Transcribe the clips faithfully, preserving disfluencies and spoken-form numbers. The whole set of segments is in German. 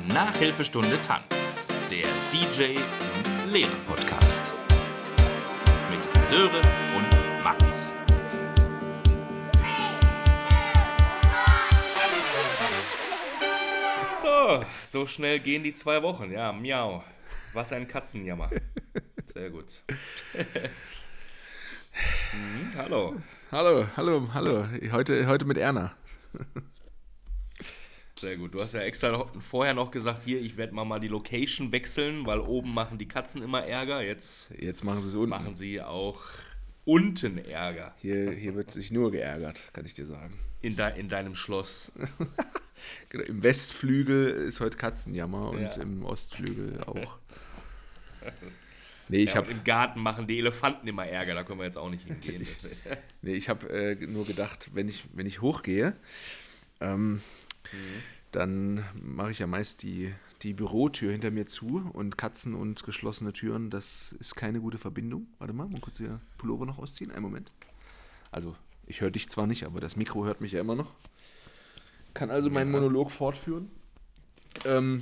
Nachhilfestunde Tanz, der D J- und Lehrer-Podcast. Mit Sören und Max. So, so schnell gehen die zwei Wochen. Ja, miau. Was ein Katzenjammer. Sehr gut. hm, hallo. Hallo, hallo, hallo. Heute, heute mit Erna. Sehr gut. Du hast ja extra noch, vorher noch gesagt, hier, ich werde mal, mal die Location wechseln, weil oben machen die Katzen immer Ärger. Jetzt, Jetzt machen sie es unten. machen sie auch unten Ärger. Hier, hier wird sich nur geärgert, kann ich dir sagen. In, de, in deinem Schloss. Genau, im Westflügel ist heute Katzenjammer und Ja. im Ostflügel auch. Nee, ich Ja, habe und im Garten machen die Elefanten immer Ärger, da können wir jetzt auch nicht hingehen. nee, ich hab, äh, nur gedacht, wenn ich, wenn ich hochgehe, ähm, Mhm. dann mache ich ja meist die, die Bürotür hinter mir zu und Katzen und geschlossene Türen, das ist keine gute Verbindung. Warte mal, mal kurz hier Pullover noch ausziehen, einen Moment. Also, ich höre dich zwar nicht, aber das Mikro hört mich ja immer noch. Kann also meinen Ja. Monolog fortführen. Ähm,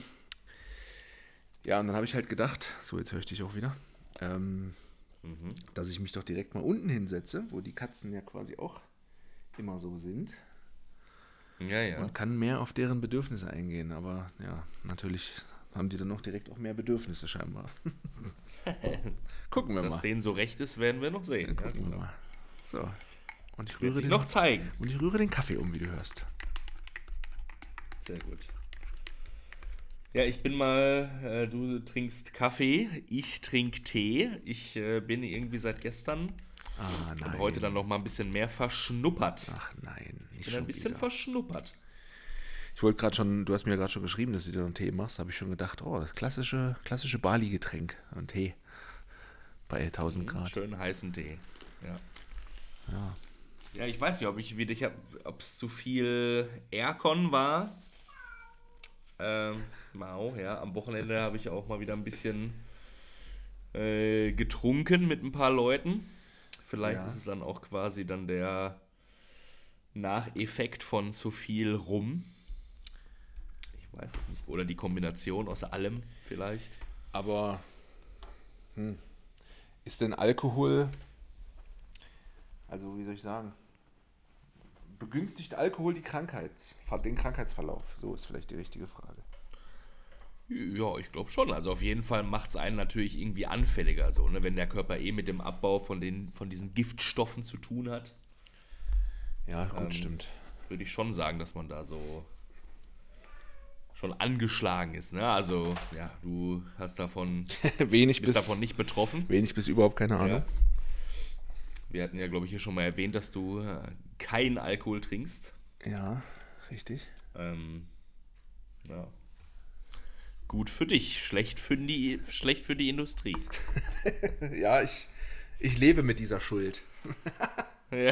ja, und dann habe ich halt gedacht, so jetzt höre ich dich auch wieder, ähm, Mhm. dass ich mich doch direkt mal unten hinsetze, wo die Katzen ja quasi auch immer so sind. Ja, ja. Und kann mehr auf deren Bedürfnisse eingehen. Aber ja, natürlich haben die dann auch direkt auch mehr Bedürfnisse scheinbar. Gucken wir Dass mal. denen so recht ist, werden wir noch sehen. Ja, Gucken wir klar. mal. So. Und ich Wird rühre, sich den, noch zeigen. und ich rühre den Kaffee um, wie du hörst. Sehr gut. Ja, ich bin mal, äh, du trinkst Kaffee, ich trinke Tee. Ich äh, bin irgendwie seit gestern Ah, nein. und heute dann noch mal ein bisschen mehr verschnuppert. Ach nein, nicht Ich bin schon ein bisschen wieder. verschnuppert. Ich wollte gerade schon, du hast mir ja gerade schon geschrieben, dass du dir einen Tee machst, habe ich schon gedacht, oh, das klassische, klassische Bali-Getränk, ein Tee bei tausend Grad. Schönen heißen Tee. Ja. Ja. Ja, ich weiß nicht, ob ich wieder, ob es zu viel Aircon war. Ähm, Mau, ja. Am Wochenende habe ich auch mal wieder ein bisschen äh, getrunken mit ein paar Leuten. Vielleicht Ja. ist es dann auch quasi dann der Nacheffekt von zu viel Rum. Ich weiß es nicht. Oder die Kombination aus allem vielleicht. Aber hm, ist denn Alkohol, also wie soll ich sagen, begünstigt Alkohol die Krankheits, den Krankheitsverlauf? So ist vielleicht die richtige Frage. Ja, ich glaube schon. Also auf jeden Fall macht es einen natürlich irgendwie anfälliger, so, ne? Wenn der Körper eh mit dem Abbau von, den, von diesen Giftstoffen zu tun hat, Ja, gut, Ähm, stimmt. würde ich schon sagen, dass man da so schon angeschlagen ist. Ne? Also, ja, du hast davon, wenig bist bis davon nicht betroffen. wenig bis überhaupt keine Ahnung. Ja. Wir hatten ja, glaube ich, hier schon mal erwähnt, dass du äh, keinen Alkohol trinkst. Ja, richtig. Ähm, ja. Gut für dich, schlecht für die, schlecht für die Industrie. Ja, ich, ich lebe mit dieser Schuld. Ja.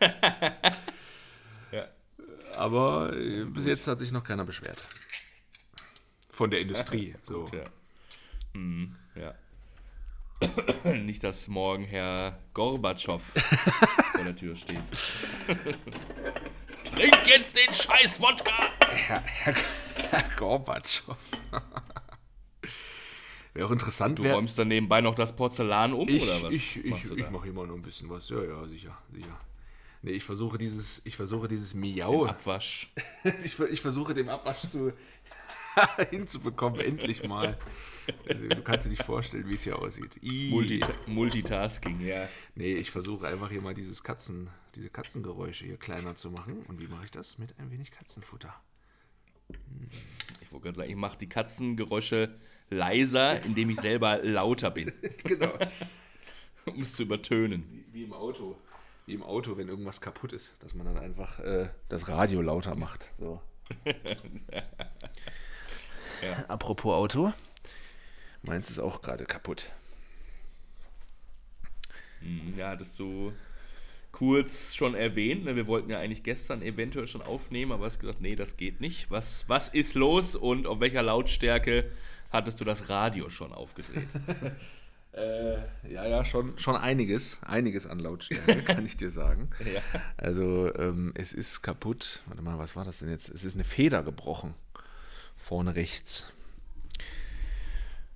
Ja. Aber äh, bis jetzt hat sich noch keiner beschwert. Von der Industrie. So. Gut, ja. Hm, ja. Nicht, dass morgen Herr Gorbatschow vor der Tür steht. Trink jetzt den scheiß Wodka! Herr, Herr, Herr Gorbatschow. Wäre auch interessant, Du wär, räumst dann nebenbei noch das Porzellan um, ich, oder was? ich, ich, machst du ich da? mache immer noch ein bisschen was. Ja, ja, sicher, sicher. Nee, ich versuche dieses, ich versuche dieses Den Miau. Abwasch. Ich, ich versuche dem Abwasch zu hinzubekommen, endlich mal. Also, du kannst dir nicht vorstellen, wie es hier aussieht. Ih. Multi Multitasking, ja. Nee, ich versuche einfach hier mal dieses Katzen, diese Katzengeräusche hier kleiner zu machen. Und wie mache ich das? Mit ein wenig Katzenfutter. Ich wollte gerade sagen, ich mache die Katzengeräusche leiser, indem ich selber lauter bin, Genau. um es zu übertönen. Wie, wie im Auto. Wie im Auto, wenn irgendwas kaputt ist, dass man dann einfach äh, das Radio lauter macht. So. Ja. Apropos Auto. Meins ist auch gerade kaputt. Hm, Ja, hattest du kurz schon erwähnt. Ne? Wir wollten ja eigentlich gestern eventuell schon aufnehmen, aber hast gesagt, nee, das geht nicht. Was, was ist los und auf welcher Lautstärke hattest du das Radio schon aufgedreht? Äh, ja, ja, schon, schon einiges. Einiges an Lautstärke, kann ich dir sagen. Ja. Also, ähm, es ist kaputt. Warte mal, was war das denn jetzt? Es ist eine Feder gebrochen. Vorne rechts.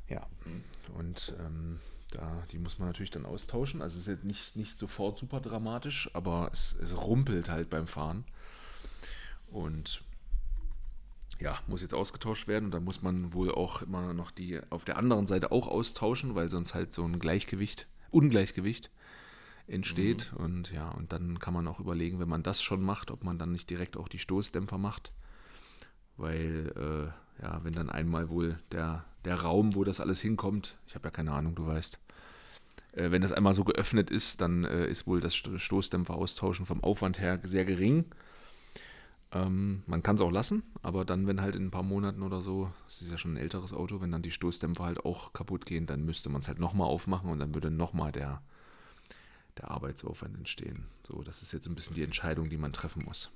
Ja, und ähm, da, die muss man natürlich dann austauschen. Also es ist jetzt nicht, nicht sofort super dramatisch, aber es, es rumpelt halt beim Fahren. Und ja, muss jetzt ausgetauscht werden. Und dann muss man wohl auch immer noch die auf der anderen Seite auch austauschen, weil sonst halt so ein Gleichgewicht, Ungleichgewicht entsteht. Mhm. Und ja, und dann kann man auch überlegen, wenn man das schon macht, ob man dann nicht direkt auch die Stoßdämpfer macht. Weil, äh, ja, wenn dann einmal wohl der, der Raum, wo das alles hinkommt, ich habe ja keine Ahnung, du weißt, äh, wenn das einmal so geöffnet ist, dann äh, ist wohl das Stoßdämpfer austauschen vom Aufwand her sehr gering. Ähm, man kann es auch lassen, aber dann, wenn halt in ein paar Monaten oder so, es ist ja schon ein älteres Auto, wenn dann die Stoßdämpfer halt auch kaputt gehen, dann müsste man es halt nochmal aufmachen und dann würde nochmal der, der Arbeitsaufwand entstehen. So, das ist jetzt ein bisschen die Entscheidung, die man treffen muss.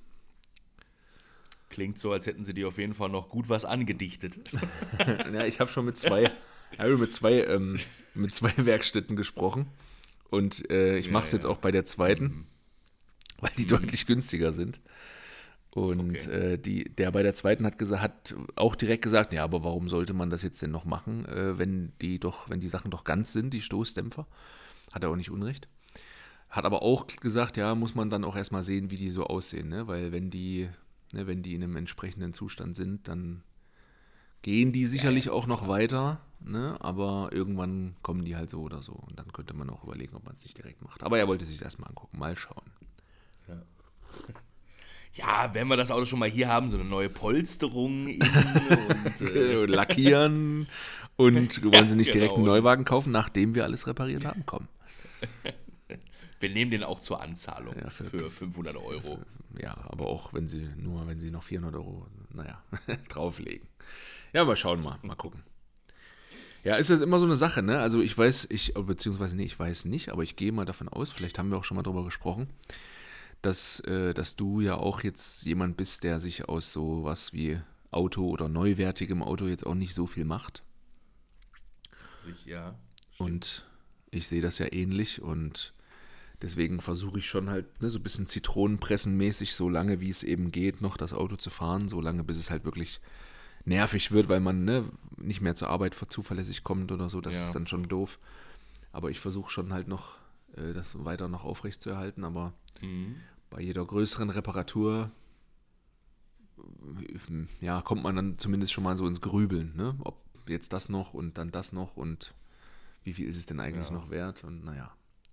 Klingt so, als hätten sie dir auf jeden Fall noch gut was angedichtet. Ja, ich habe schon mit zwei, habe mit zwei, ähm, mit zwei Werkstätten gesprochen und äh, ich ja, mache es ja. jetzt auch bei der zweiten, weil die mhm. deutlich günstiger sind. Und okay. äh, die, der bei der zweiten hat gesagt, hat auch direkt gesagt, ja, aber warum sollte man das jetzt denn noch machen, äh, wenn die doch, wenn die Sachen doch ganz sind, die Stoßdämpfer? Hat er auch nicht Unrecht. Hat aber auch gesagt, ja, muss man dann auch erstmal sehen, wie die so aussehen, ne? Weil wenn die, ne, wenn die in einem entsprechenden Zustand sind, dann gehen die sicherlich ja, ja. auch noch weiter, ne? Aber irgendwann kommen die halt so oder so. Und dann könnte man auch überlegen, ob man es nicht direkt macht. Aber er wollte sich das erstmal angucken, mal schauen. Ja. Ja, wenn wir das Auto schon mal hier haben, so eine neue Polsterung innen und äh lackieren und wollen sie nicht ja, genau. direkt einen Neuwagen kaufen, nachdem wir alles repariert haben? Komm. Wir nehmen den auch zur Anzahlung ja, für, für fünfhundert Euro. Für, ja, aber auch wenn sie nur, wenn sie noch vierhundert Euro, naja, drauflegen. Ja, aber schauen mal, mal gucken. Ja, ist das immer so eine Sache, ne? Also ich weiß, ich, beziehungsweise nee, ich weiß nicht, aber ich gehe mal davon aus, vielleicht haben wir auch schon mal drüber gesprochen, Dass, äh, dass du ja auch jetzt jemand bist, der sich aus sowas wie Auto oder neuwertigem Auto jetzt auch nicht so viel macht. Ich, ja. Stimmt. Und ich sehe das ja ähnlich und deswegen versuche ich schon halt ne, so ein bisschen Zitronenpressenmäßig, so lange wie es eben geht, noch das Auto zu fahren, so lange bis es halt wirklich nervig wird, weil man ne, nicht mehr zur Arbeit zuverlässig kommt oder so, das ja. ist dann schon doof. Aber ich versuche schon halt noch, äh, das weiter noch aufrecht zu erhalten, aber mhm. bei jeder größeren Reparatur ja, kommt man dann zumindest schon mal so ins Grübeln, ne? Ob jetzt das noch und dann das noch und wie viel ist es denn eigentlich ja. noch wert und naja.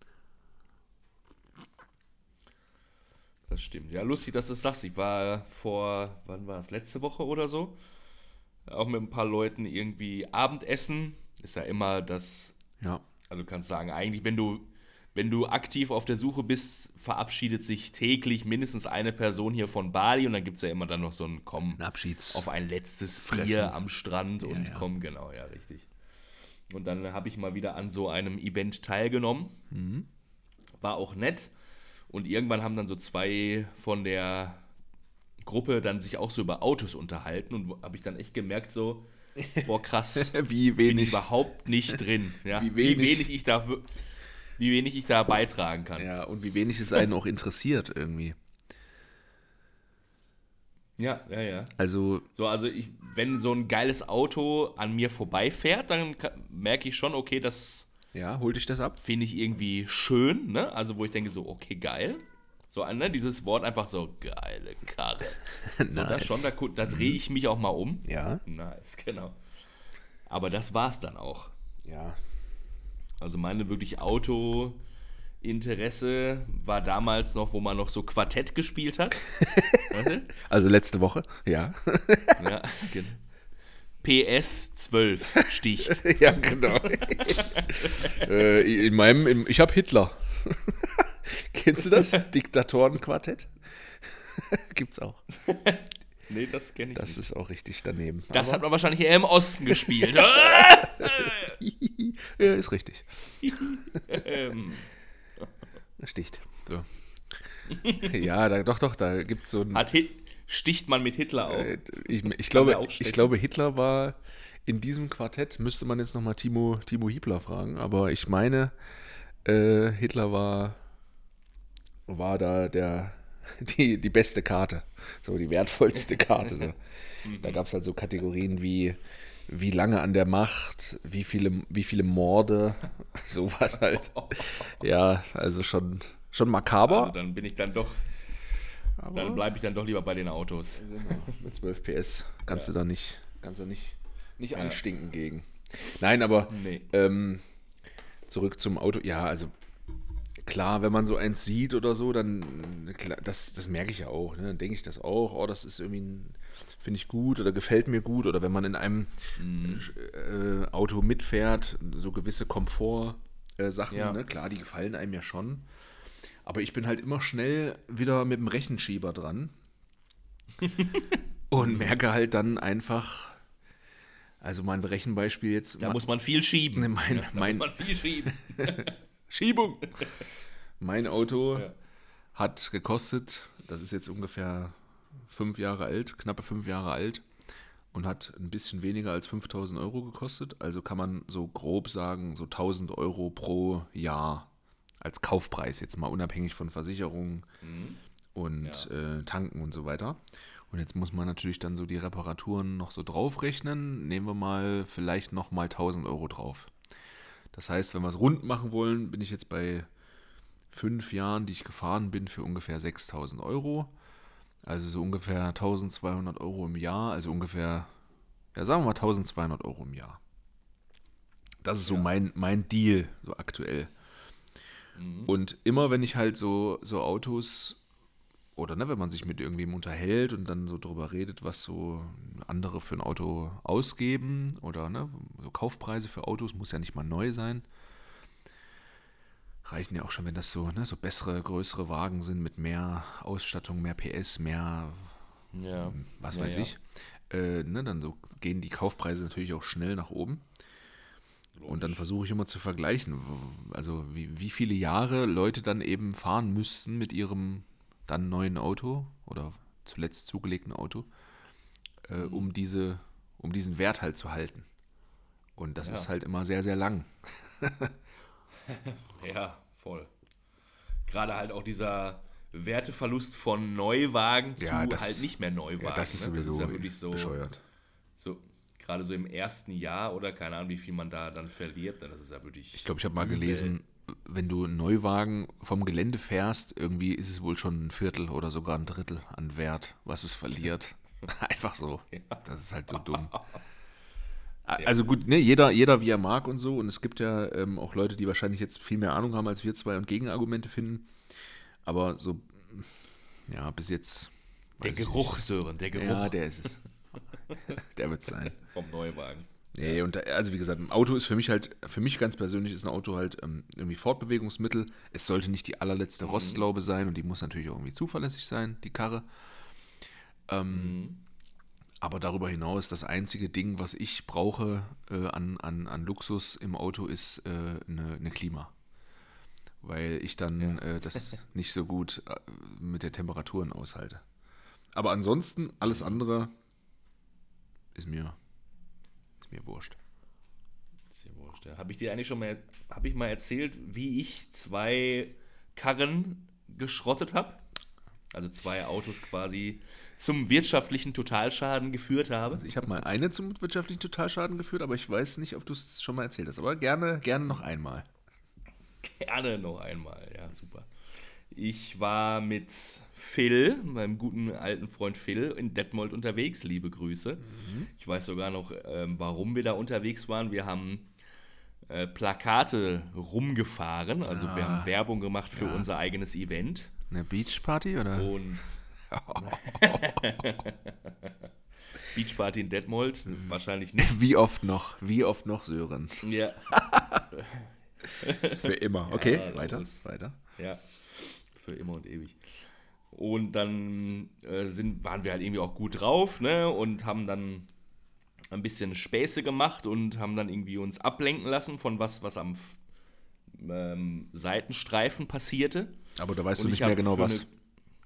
Das stimmt. Ja, lustig, dass du es sagst. Ich war vor, wann war es, letzte Woche oder so, auch mit ein paar Leuten irgendwie Abendessen. Ist ja immer das, ja. also du kannst sagen, eigentlich, wenn du Wenn du aktiv auf der Suche bist, verabschiedet sich täglich mindestens eine Person hier von Bali und dann gibt es ja immer dann noch so ein Komm ein Abschieds auf ein letztes Fressen. Bier am Strand und ja, ja. komm, genau, ja, richtig. Und dann habe ich mal wieder an so einem Event teilgenommen. Mhm. War auch nett. Und irgendwann haben dann so zwei von der Gruppe dann sich auch so über Autos unterhalten und habe ich dann echt gemerkt so, boah krass, wie wenig bin ich überhaupt nicht drin. Ja? Wie wenig, wie wenig ich da wie wenig ich da beitragen kann. Ja, und wie wenig es einen auch interessiert irgendwie. Ja, ja, ja. Also, so, also ich, wenn so ein geiles Auto an mir vorbeifährt, dann merke ich schon, okay, das ja, hol dich das ab. Finde ich irgendwie schön, ne? Also wo ich denke so, okay, geil. So, ne? Dieses Wort einfach so, geile Karre. So, nice. da schon, da, da drehe ich mich auch mal um. Ja. Nice, genau. Aber das war's dann auch. Ja. Also meine wirklich Auto-Interesse war damals noch, wo man noch so Quartett gespielt hat. Also letzte Woche, ja. Ja, genau. P S zwölf sticht. Ja, genau. äh, in meinem, in, ich habe Hitler. Kennst du das? Diktatorenquartett? Gibt's auch. Nee, das kenne ich das nicht. Das ist auch richtig daneben. Das Aber hat man wahrscheinlich eher im Osten gespielt. Ja, ist richtig. Sticht. So. Ja, da, doch, doch, da gibt es so ein... Hat Hit- Sticht man mit Hitler auch? Äh, ich, ich, glaube, ich glaube, Hitler war in diesem Quartett, müsste man jetzt nochmal Timo, Timo Hiebler fragen, aber ich meine, äh, Hitler war, war da der, die, die beste Karte, so die wertvollste Karte. So. Da gab es halt so Kategorien wie wie lange an der Macht, wie viele, wie viele Morde, sowas halt. Ja, also schon, schon makaber. Also dann bin ich dann doch, aber dann bleibe ich dann doch lieber bei den Autos. genau, mit zwölf P S kannst Ja. du da nicht, kannst du nicht, nicht Ja. anstinken gegen. Nein, aber Nee. ähm, zurück zum Auto. Ja, also klar, wenn man so eins sieht oder so, dann, klar, das, das merke ich ja auch. Ne? Dann denke ich das auch, oh, das ist irgendwie, ein- finde ich gut oder gefällt mir gut. Oder wenn man in einem äh, Auto mitfährt, so gewisse Komfort-Sachen, äh, Sachen, Ja. ne? Klar, die gefallen einem ja schon. Aber ich bin halt immer schnell wieder mit dem Rechenschieber dran und merke halt dann einfach, also mein Rechenbeispiel jetzt, Da ma- muss man viel schieben. Ne, mein- Ja, da mein- muss man viel schieben. Schiebung. Mein Auto Ja. hat gekostet, das ist jetzt ungefähr fünf Jahre alt, knappe fünf Jahre alt und hat ein bisschen weniger als fünftausend Euro gekostet. Also kann man so grob sagen, so tausend Euro pro Jahr als Kaufpreis, jetzt mal unabhängig von Versicherungen und äh, Tanken und so weiter. Und jetzt muss man natürlich dann so die Reparaturen noch so draufrechnen. Nehmen wir mal vielleicht nochmal tausend Euro drauf. Das heißt, wenn wir es rund machen wollen, bin ich jetzt bei fünf Jahren, die ich gefahren bin, für ungefähr sechstausend Euro. Also so ungefähr eintausendzweihundert Euro im Jahr. Also ungefähr, ja sagen wir mal eintausendzweihundert Euro im Jahr. Das ist so Ja. mein, mein Deal, so aktuell. Und immer wenn ich halt so, so Autos oder ne, wenn man sich mit irgendwem unterhält und dann so drüber redet, was so andere für ein Auto ausgeben oder ne, so Kaufpreise für Autos, muss ja nicht mal neu sein. Reichen ja auch schon, wenn das so, ne, so bessere, größere Wagen sind mit mehr Ausstattung, mehr P S, mehr Ja. was Ja, weiß ja. ich. Äh, ne, dann so gehen die Kaufpreise natürlich auch schnell nach oben. Und dann versuche ich immer zu vergleichen, w- also wie, wie viele Jahre Leute dann eben fahren müssten mit ihrem dann neuen Auto oder zuletzt zugelegten Auto, äh, um, diese, um diesen Wert halt zu halten. Und das Ja. ist halt immer sehr, sehr lang. Ja, voll. Gerade halt auch dieser Werteverlust von Neuwagen zu Ja, das- halt nicht mehr Neuwagen. Ja, das ist ne? sowieso das ist ja wirklich so, bescheuert. so, gerade so im ersten Jahr oder keine Ahnung, wie viel man da dann verliert. Das ist ja wirklich. Ich glaube, ich habe mal übel. gelesen, wenn du einen Neuwagen vom Gelände fährst, irgendwie ist es wohl schon ein Viertel oder sogar ein Drittel an Wert, was es verliert. Einfach so. Das ist halt so dumm. Also gut, ne, jeder, jeder wie er mag und so. Und es gibt ja ähm, auch Leute, die wahrscheinlich jetzt viel mehr Ahnung haben als wir zwei und Gegenargumente finden. Aber so, ja, bis jetzt. Der weiß ich Geruch, Sören, der nicht. Geruch Ja, der ist es. Der wird es sein. vom Neuwagen. Nee, und da, also wie gesagt, ein Auto ist für mich halt, für mich ganz persönlich ist ein Auto halt ähm, irgendwie Fortbewegungsmittel. Es sollte nicht die allerletzte Rostlaube sein und die muss natürlich auch irgendwie zuverlässig sein, die Karre. Ähm, Aber darüber hinaus, das einzige Ding, was ich brauche äh, an, an, an Luxus im Auto, ist äh, eine, eine Klima. Weil ich dann Ja. äh, das nicht so gut äh, mit der Temperaturen aushalte. Aber ansonsten, alles andere ist mir, ist mir wurscht. Ist ja wurscht, ja. Habe ich dir eigentlich schon mal, habe ich mal erzählt, wie ich zwei Karren geschrottet habe? Also zwei Autos quasi zum wirtschaftlichen Totalschaden geführt habe. Also ich habe mal eine zum wirtschaftlichen Totalschaden geführt, aber ich weiß nicht, ob du es schon mal erzählt hast. Aber gerne, gerne noch einmal. Gerne noch einmal, ja, super. Ich war mit Phil, meinem guten alten Freund Phil, in Detmold unterwegs. Liebe Grüße. Ich weiß sogar noch, ähm, warum wir da unterwegs waren. Wir haben äh, Plakate rumgefahren. Also wir haben Werbung gemacht für ja. unser eigenes Event. Eine Beachparty oder? Und Beachparty in Detmold, wahrscheinlich nicht. Wie oft noch? Wie oft noch, Sören? Ja, Für immer. Okay, das weiter, ist- weiter. ja, für immer und ewig. Und dann äh, sind, waren wir halt irgendwie auch gut drauf, ne? Und haben dann ein bisschen Späße gemacht und haben dann irgendwie uns ablenken lassen von was, was am ähm, Seitenstreifen passierte. Aber da weißt Und du ich nicht mehr hab genau für was. eine-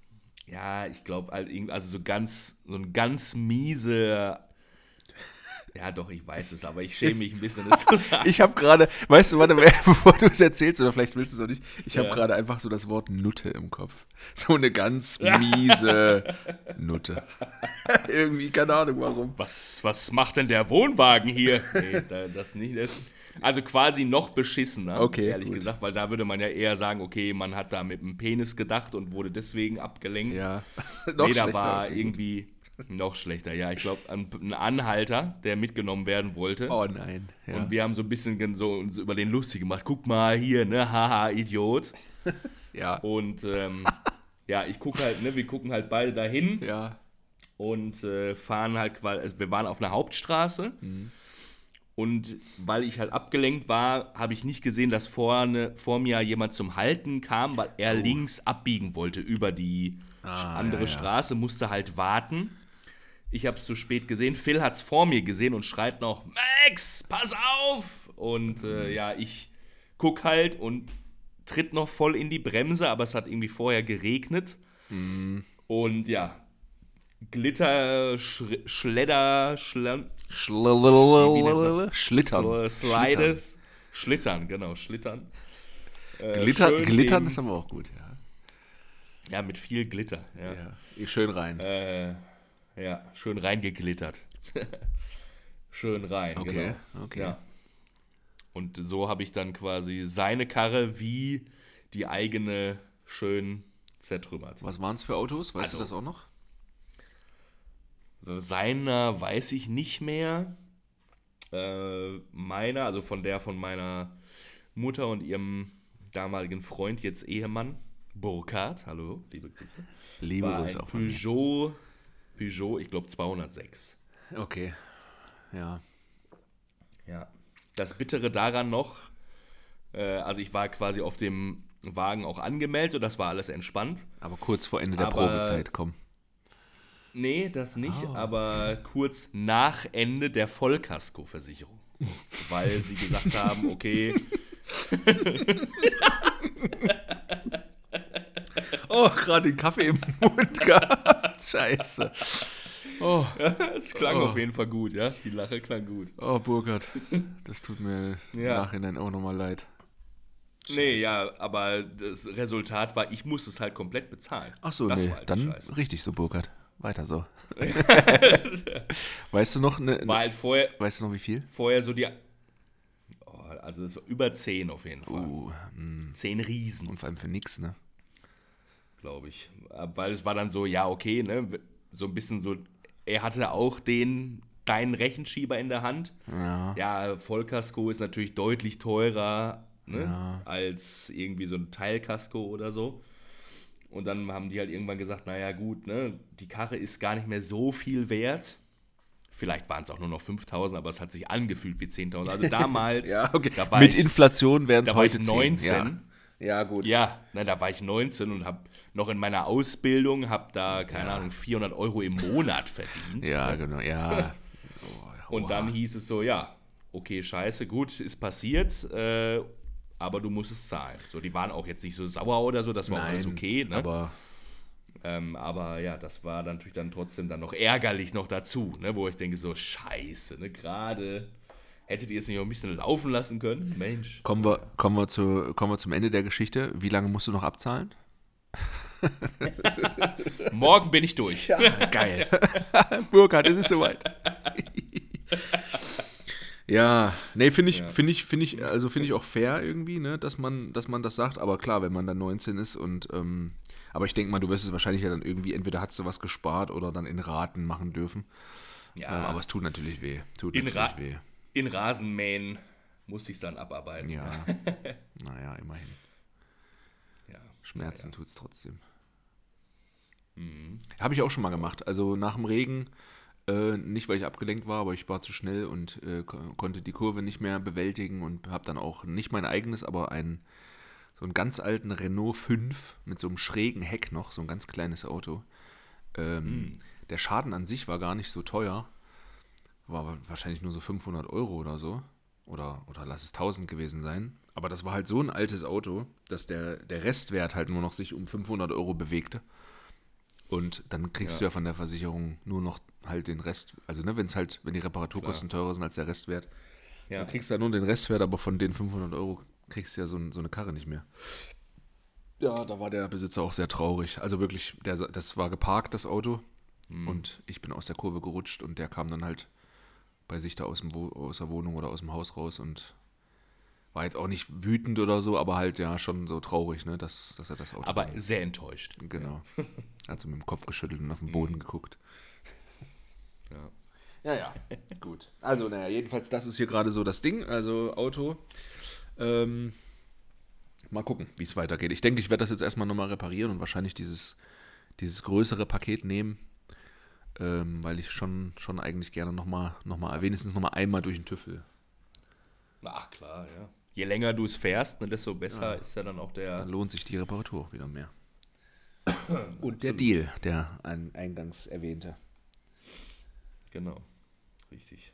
Ja, ich glaube, also so ganz, so ein ganz miese Ja, doch, ich weiß es, aber ich schäme mich ein bisschen, das zu sagen. Ich habe gerade, weißt du, warte, bevor du es erzählst, oder vielleicht willst du es auch nicht, ich habe Ja. gerade einfach so das Wort Nutte im Kopf. So eine ganz miese Nutte. Irgendwie, keine Ahnung warum. Was, was macht denn der Wohnwagen hier? Nee, da, das nicht. Das, also quasi noch beschissener, Okay, ehrlich gut. gesagt, weil da würde man ja eher sagen, okay, man hat da mit dem Penis gedacht und wurde deswegen abgelenkt. Ja, Nee, da schlechter, war okay, gut. irgendwie noch schlechter. Ja, ich glaube, ein, ein Anhalter, der mitgenommen werden wollte. Oh nein. Ja. Und wir haben so ein bisschen gen- so uns über den lustig gemacht. Guck mal hier, ne, haha, Idiot. ja, Und ähm, ja, ich gucke halt, ne, wir gucken halt beide dahin ja. und äh, fahren halt quasi, also wir waren auf einer Hauptstraße und weil ich halt abgelenkt war, habe ich nicht gesehen, dass vorne, vor mir jemand zum Halten kam, weil er links abbiegen wollte über die Ah, andere ja, ja. Straße, musste halt warten. Ich habe es zu spät gesehen, Phil hat es vor mir gesehen und schreit noch, Max, pass auf! Und äh, ja, ich guck halt und tritt noch voll in die Bremse, aber es hat irgendwie vorher geregnet. Und ja, Glitter, Sch Schledder, Schla Schlitern. Sl Slides, Schlittern, genau, Schlittern. Äh, Glitter, schön Glittern den- ist aber auch gut, ja. Ja, mit viel Glitter, ja. ja. Schön rein. Äh, ja, schön reingeglittert. Schön rein, Okay, genau. okay. Ja. Und so habe ich dann quasi seine Karre wie die eigene schön zertrümmert. Was waren es für Autos? Weißt Also- du das auch noch? Seiner weiß ich nicht mehr. Äh, meiner, also von der von meiner Mutter und ihrem damaligen Freund, jetzt Ehemann, Burkhard, hallo, liebe Grüße, Liebe war Grüße ein auch von mir. Peugeot, Peugeot, ich glaube zweihundertsechs. Okay. Ja. Ja. Das Bittere daran noch, äh, also ich war quasi auf dem Wagen auch angemeldet und das war alles entspannt. Aber kurz vor Ende der Aber- Probezeit, komm. Nee, das nicht, Ah, aber kurz nach Ende der Vollkaskoversicherung. Weil sie gesagt haben, okay, Oh, gerade den Kaffee im Mund gehabt. Scheiße. Oh, es klang Oh. auf jeden Fall gut, ja. Die Lache klang gut. oh Burkhard. Das tut mir im Ja. Nachhinein auch nochmal leid. Nee, ja, aber das Resultat war, ich muss es halt komplett bezahlen. Ach so, das nee, war halt die dann Scheiße. richtig so, Burkhard. Weiter so. Weißt du noch, ne, War halt vorher, weißt du noch wie viel? vorher so die. Oh, also es war über zehn auf jeden Fall. Uh, mh, Zehn Riesen, und vor allem für nix, ne? glaube ich. Weil es war dann so, ja, okay, ne? So ein bisschen so, er hatte auch den deinen Rechenschieber in der Hand. Ja. Ja, Vollkasko ist natürlich deutlich teurer, ne, Ja. als irgendwie so ein Teilkasko oder so. Und dann haben die halt irgendwann gesagt, naja gut, ne, die Karre ist gar nicht mehr so viel wert. Vielleicht waren es auch nur noch fünftausend, aber es hat sich angefühlt wie zehntausend. Also damals, Ja, okay. da war Mit ich, Inflation wären es da war heute ich zehn. neunzehn. Ja. ja, gut. Ja, ne, da war ich neunzehn und habe noch in meiner Ausbildung, habe da, keine Ja. Ahnung, vierhundert Euro im Monat verdient. Ja, genau, ja. Oh, Und oha. dann hieß es so, ja, okay, scheiße, gut, ist passiert, äh, aber du musst es zahlen. So, die waren auch jetzt nicht so sauer oder so, das war auch alles okay, ne? Aber ähm, aber ja, das war dann natürlich dann trotzdem dann noch ärgerlich noch dazu, ne? Wo ich denke so, scheiße, ne? Gerade hättet ihr es nicht noch ein bisschen laufen lassen können? Mensch. kommen wir, kommen, wir zu, kommen wir zum Ende der Geschichte. Wie lange musst du noch abzahlen? Morgen bin ich durch. Geil. Burkhard, es ist soweit. Ja, nee, finde ich, Ja. finde ich, finde ich, also finde ich auch fair irgendwie, ne, dass man, dass man das sagt, aber klar, wenn man dann neunzehn ist und, ähm, aber ich denke mal, du wirst es wahrscheinlich ja dann irgendwie, entweder hast du was gespart oder dann in Raten machen dürfen. Ja, Ähm, aber es tut natürlich weh. Tut in, natürlich Ra weh. in Rasenmähen musste ich es dann abarbeiten. Ja. Naja, immerhin. Ja. Schmerzen tut's trotzdem. Mhm. Habe ich auch schon mal gemacht. Also nach dem Regen, äh, nicht weil ich abgelenkt war, aber ich war zu schnell und äh, ko- konnte die Kurve nicht mehr bewältigen und habe dann auch nicht mein eigenes, aber einen, so einen ganz alten Renault fünf mit so einem schrägen Heck noch, so ein ganz kleines Auto. Ähm, Mhm. Der Schaden an sich war gar nicht so teuer. War wa- wahrscheinlich nur so fünfhundert Euro oder so. Oder, oder lass es tausend gewesen sein. Aber das war halt so ein altes Auto, dass der, der Restwert halt nur noch sich um fünfhundert Euro bewegte. Und dann kriegst Ja. du ja von der Versicherung nur noch halt den Rest, also ne, wenn es halt, wenn die Reparaturkosten teurer sind als der Restwert, Ja. dann kriegst du ja nur den Restwert, aber von den fünfhundert Euro kriegst du ja so, ein- so eine Karre nicht mehr. Ja, da war der Besitzer auch sehr traurig. Also wirklich, der, das war geparkt, das Auto. Hm. Und ich bin aus der Kurve gerutscht und der kam dann halt bei sich da aus, dem Wo- aus der Wohnung oder aus dem Haus raus und war jetzt auch nicht wütend oder so, aber halt ja schon so traurig, ne, dass, dass er das Auto... Aber sehr enttäuscht. Genau. Also mit dem Kopf geschüttelt und auf den Boden geguckt. Ja. Ja, ja. Gut. Also, naja, jedenfalls, das ist hier gerade so das Ding, also Auto. Ähm, mal gucken, wie es weitergeht. Ich denke, ich werde das jetzt erstmal nochmal reparieren und wahrscheinlich dieses, dieses größere Paket nehmen, ähm, weil ich schon, schon eigentlich gerne nochmal, noch mal, wenigstens nochmal einmal durch den TÜV will. Ach klar, ja. Je länger du es fährst, ne, desto besser ist ja dann auch der... Dann lohnt sich die Reparatur auch wieder mehr. Und der Deal, der ein, eingangs erwähnte. Genau, richtig.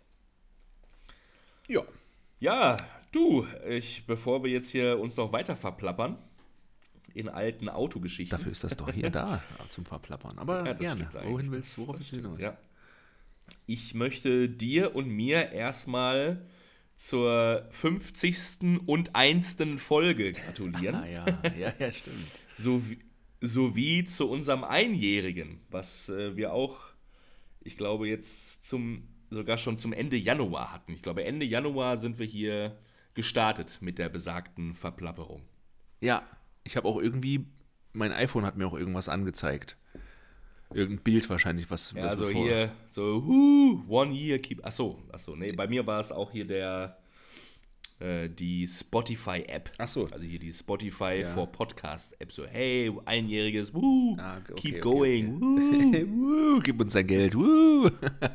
Ja. Ja, du, ich, bevor wir jetzt hier uns noch weiter verplappern in alten Autogeschichten. Dafür ist das doch hier da, zum Verplappern. Aber Ja, das gerne. stimmt eigentlich. Wohin willst Das- du, worauf das willst du hinaus? Ja. Ich möchte dir und mir erstmal zur fünfzigsten und einsten Folge gratulieren. Ah, ja, ja, ja, stimmt. sowie, sowie zu unserem Einjährigen, was äh, wir auch, ich glaube, jetzt zum sogar schon zum Ende Januar hatten. Ich glaube, Ende Januar sind wir hier gestartet mit der besagten Verplapperung. Ja, ich habe auch irgendwie, mein iPhone hat mir auch irgendwas angezeigt. Irgendein Bild wahrscheinlich, was, Ja, was also wir vor- hier so, whoo, one year keep. Achso, achso, nee, bei mir war es auch hier der äh, die Spotify-App. Ach so. Also hier die Spotify Ja. for Podcast-App. So, hey, einjähriges, woo, Ah, okay, keep okay, going, okay. woo. Wuh, gib uns dein Geld. Wuh.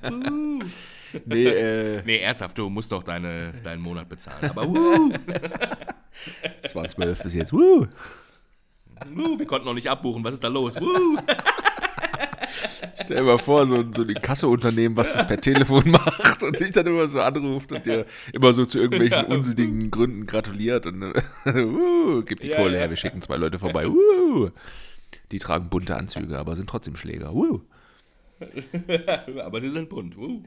nee, äh, Nee, ernsthaft, du musst doch deine, deinen Monat bezahlen. Aber woo, es waren zwölf bis jetzt. Wuh. woo, wir konnten noch nicht abbuchen. Was ist da los? Woo. Stell dir mal vor, so, so ein Kasseunternehmen, was das per Telefon macht und dich dann immer so anruft und dir immer so zu irgendwelchen unsinnigen Gründen gratuliert und uh, gib die Ja, Kohle ja. her, wir schicken zwei Leute vorbei. Uh. Die tragen bunte Anzüge, aber sind trotzdem Schläger. Uh. Aber sie sind bunt. Woo.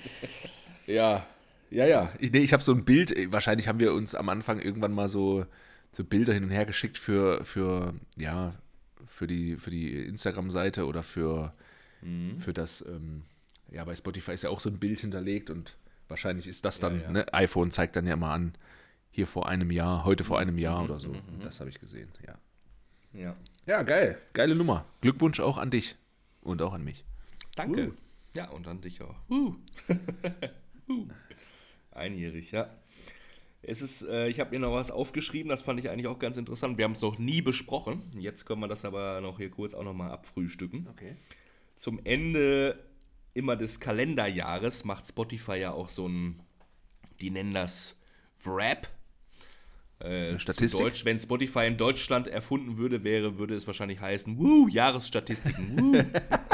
Ja, ja, ja. Ich, nee, ich habe so ein Bild, wahrscheinlich haben wir uns am Anfang irgendwann mal so, so Bilder hin und her geschickt für, für ja, für die, für die Instagram-Seite oder für, für das, ähm, ja, bei Spotify ist ja auch so ein Bild hinterlegt und wahrscheinlich ist das dann, Ja, ja. ne, iPhone zeigt dann ja mal an, hier vor einem Jahr, heute vor einem Jahr oder so. Und das habe ich gesehen, ja. Ja. Ja, geil. Geile Nummer. Glückwunsch auch an dich und auch an mich. Danke. Uh. Ja, und an dich auch. Uh. uh. Einjährig, ja. Es ist, äh, ich habe mir noch was aufgeschrieben, das fand ich eigentlich auch ganz interessant. Wir haben es noch nie besprochen. Jetzt können wir das aber noch hier kurz auch nochmal abfrühstücken. Okay. Zum Ende immer des Kalenderjahres macht Spotify ja auch so ein, die nennen das Wrap. Äh, Statistik? Zu Deutsch, wenn Spotify in Deutschland erfunden würde, wäre, würde es wahrscheinlich heißen, Woo, Jahresstatistiken. Woo.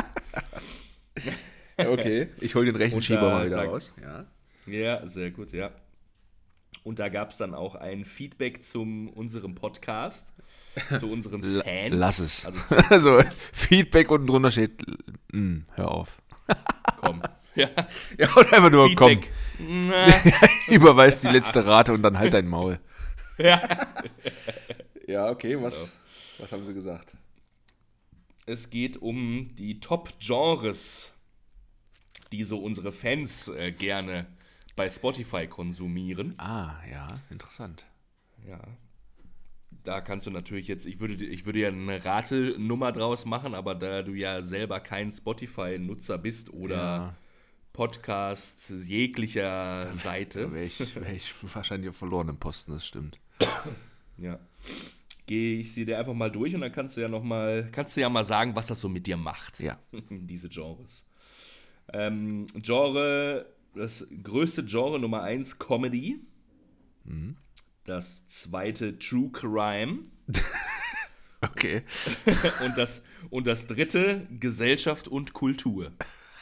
Okay, ich hole den Rechenschieber Und da- mal wieder da- raus. Ja. Ja, sehr gut, ja. Und da gab es dann auch ein Feedback zu unserem Podcast, zu unseren La- Fans. Lass es. Also zu, Also Feedback unten drunter steht, mm, hör auf. komm. Ja, Ja, und einfach nur, Feedback. komm, überweist die letzte Rate und dann halt dein Maul. Ja. Ja, okay, was, was haben sie gesagt? Es geht um die Top-Genres, die so unsere Fans äh, gerne bei Spotify konsumieren. Ah, ja, interessant. Ja. Da kannst du natürlich jetzt, ich würde, ich würde ja eine Ratenummer draus machen, aber da du ja selber kein Spotify-Nutzer bist oder Ja. Podcast jeglicher Da Seite, wäre ich, wär ich wahrscheinlich auf verlorenen Posten, das stimmt. ja, gehe ich sie dir einfach mal durch und dann kannst du ja noch mal, kannst du ja mal sagen, was das so mit dir macht. Ja. Diese Genres. Ähm, Genre, das größte Genre Nummer eins, Comedy. Das zweite, True Crime. Okay. Und das, und das dritte, Gesellschaft und Kultur.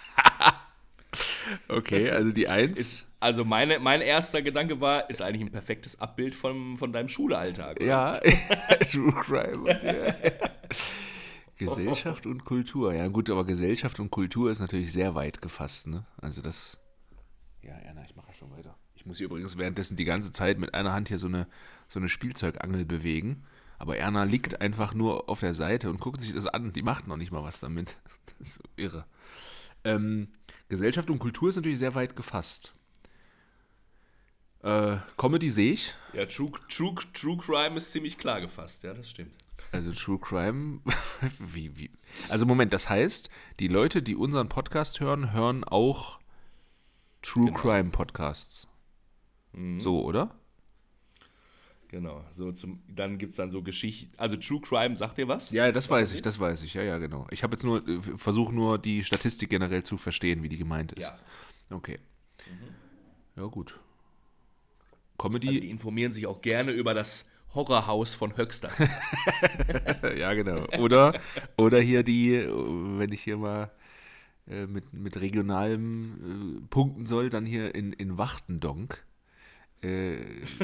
Okay, also die Eins. Ist, also meine, mein erster Gedanke war, ist eigentlich ein perfektes Abbild von, von deinem Schulalltag. Oder? Ja, True Crime. Und, ja. Gesellschaft und Kultur. Ja gut, aber Gesellschaft und Kultur ist natürlich sehr weit gefasst, ne? Also das... Ja, Erna, ich mache ja schon weiter. Ich muss hier übrigens währenddessen die ganze Zeit mit einer Hand hier so eine, so eine Spielzeugangel bewegen. Aber Erna liegt einfach nur auf der Seite und guckt sich das an. Die macht noch nicht mal was damit. Das ist so irre. Ähm, Gesellschaft und Kultur ist natürlich sehr weit gefasst. Äh, Comedy sehe ich. Ja, True, True, True Crime ist ziemlich klar gefasst, ja, das stimmt. Also True Crime, wie, wie? Also Moment, das heißt, die Leute, die unseren Podcast hören, hören auch True Genau. Crime Podcasts. Mhm. So, oder? Genau, so zum, dann gibt es dann so Geschichten, also True Crime, sagt ihr was? Ja, das Was weiß ich, das weiß ich, ja, ja, genau. Ich habe jetzt nur, äh, versuche nur die Statistik generell zu verstehen, wie die gemeint ist. Ja, Okay. Ja, gut. also Comedy, die informieren sich auch gerne über das Horrorhaus von Höxter. ja, genau. Oder, oder hier die, wenn ich hier mal äh, mit, mit regionalem äh, punkten soll, dann hier in, in Wachtendonk. Äh,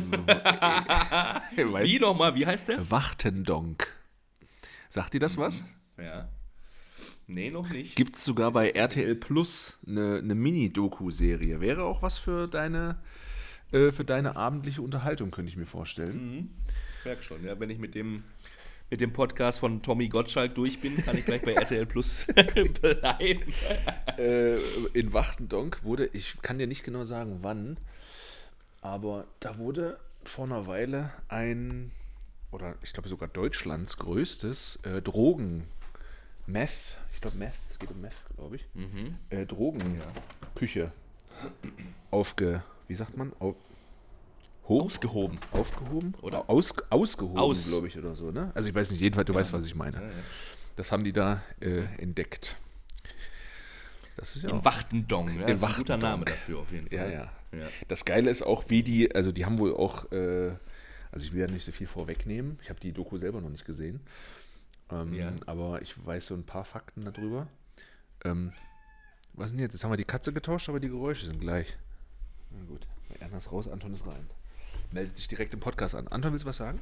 äh, Wie nochmal, wie heißt der? Wachtendonk. Sagt dir das was? Ja. Nee, noch nicht. Gibt es sogar bei R T L Plus eine, eine Mini-Doku-Serie. Wäre auch was für deine, äh, für deine abendliche Unterhaltung, könnte ich mir vorstellen. Ich merke schon, ja, wenn ich mit dem, mit dem Podcast von Tommy Gottschalk durch bin, kann ich gleich bei R T L Plus bleiben. Äh, in Wachtendonk wurde, ich kann dir nicht genau sagen, wann, aber da wurde vor einer Weile ein, oder ich glaube sogar Deutschlands größtes äh, Drogen, Meth, ich glaube Meth, es geht um Meth, glaube ich, Mhm. äh, Drogenküche aufge, wie sagt man, Au, hoch, Ausgehoben. aufgehoben? Oder? Aus, ausgehoben, Aus. glaube ich, oder so, ne? Also ich weiß nicht, jedenfalls, du weißt, was ich meine. Ja, ja. Das haben die da äh, entdeckt. Das ist ja In auch- Wachtendong, ja, das ist ein guter Wachtendonk. Name dafür auf jeden Fall. Ja, ja. Ja. Das Geile ist auch, wie die, also die haben wohl auch, äh, also ich will ja nicht so viel vorwegnehmen, ich habe die Doku selber noch nicht gesehen, ähm, Ja. aber ich weiß so ein paar Fakten darüber. Ähm, was denn jetzt? Jetzt haben wir die Katze getauscht, aber die Geräusche sind gleich. Na gut, Erna ist raus, Anton ist rein. Meldet sich direkt im Podcast an. Anton, willst du was sagen?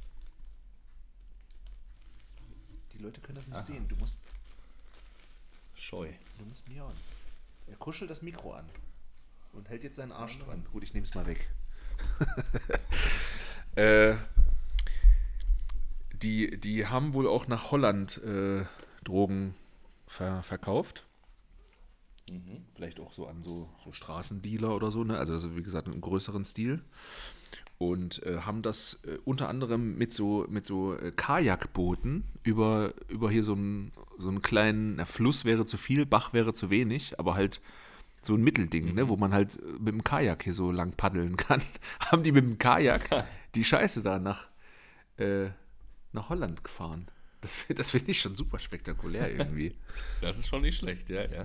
Die Leute können das nicht sehen, du musst, Scheu. du musst miauen. Er kuschelt das Mikro an und hält jetzt seinen Arsch dran. Gut, ich nehm's mal weg. äh, die, die haben wohl auch nach Holland äh, Drogen ver verkauft. Mhm. Vielleicht auch so an so, so Straßendealer oder so, ne? Also, also wie gesagt, im größeren Stil. Und äh, haben das äh, unter anderem mit so, mit so äh, Kajakbooten über, über hier so einen, so einen kleinen, na, Fluss wäre zu viel, Bach wäre zu wenig, aber halt so ein Mittelding, ne, wo man halt äh, mit dem Kajak hier so lang paddeln kann. Haben die mit dem Kajak die Scheiße da nach, äh, nach Holland gefahren. Das, find- das finde ich schon super spektakulär irgendwie. Das ist schon nicht schlecht, ja, ja.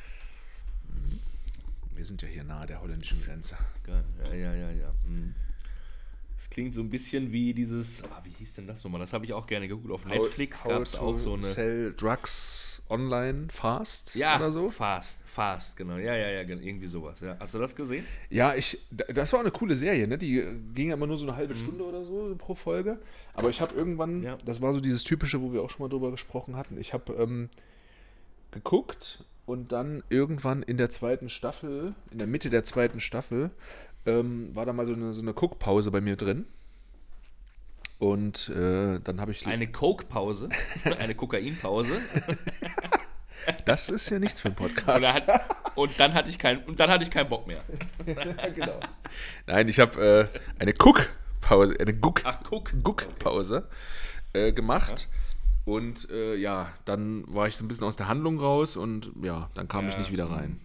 Wir sind ja hier nahe der holländischen Grenze. Geil. Ja, ja, ja, ja. Mhm. Das klingt so ein bisschen wie dieses, ah, wie hieß denn das nochmal? Das habe ich auch gerne geguckt. Auf Netflix gab es auch so eine. Sell Drugs online fast Ja, oder so. Fast, Fast, genau. Ja, ja, ja, gen- irgendwie sowas. Ja. Hast du das gesehen? Ja, ich, d- das war eine coole Serie, ne? Die ging ja immer nur so eine halbe Stunde oder so pro Folge. Aber ich habe irgendwann, Ja. das war so dieses typische, wo wir auch schon mal drüber gesprochen hatten. Ich habe ähm, geguckt und dann irgendwann in der zweiten Staffel, in der Mitte der zweiten Staffel, ähm, war da mal so eine, so eine Guckpause bei mir drin. Und äh, dann habe ich. Eine Coke-Pause, eine Kokain-Pause. Das ist ja nichts für einen Und, Podcast. dann hat, und, dann hatte ich kein, und dann hatte ich keinen Bock mehr. Genau. Nein, ich habe äh, eine Guckpause, eine Guck, Ach, guck. Guckpause äh, gemacht. Und äh, ja, dann war ich so ein bisschen aus der Handlung raus und ja, dann kam ich Ja, nicht wieder hm. rein.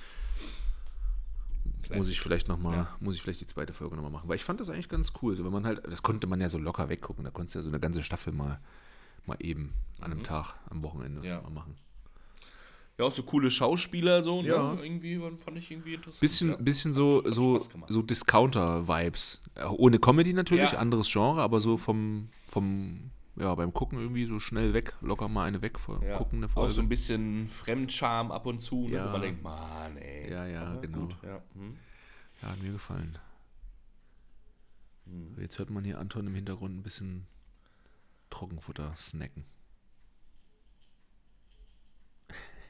Muss ich vielleicht noch mal, muss ich vielleicht die zweite Folge nochmal machen. Weil ich fand das eigentlich ganz cool. So, wenn man halt, das konnte man ja so locker weggucken. Da konntest du ja so eine ganze Staffel mal, mal eben an einem Tag, am Wochenende Ja. mal machen. Ja, auch so coole Schauspieler, so, Ja. ne? Irgendwie fand ich irgendwie interessant. Bisschen, ja. bisschen so, Hat so, Spaß gemacht. so Discounter-Vibes. Äh, Ohne Comedy natürlich, Ja. anderes Genre, aber so vom, vom, ja, beim Gucken irgendwie so schnell weg, locker mal eine weg, Ja. gucken eine Auch Folge. so ein bisschen Fremdscham ab und zu, ne? Ja. Wo man denkt, Mann, ey. Ja, ja, Aber genau. Gut, ja. Hm. Ja, hat mir gefallen. Hm. Jetzt hört man hier Anton im Hintergrund ein bisschen Trockenfutter snacken.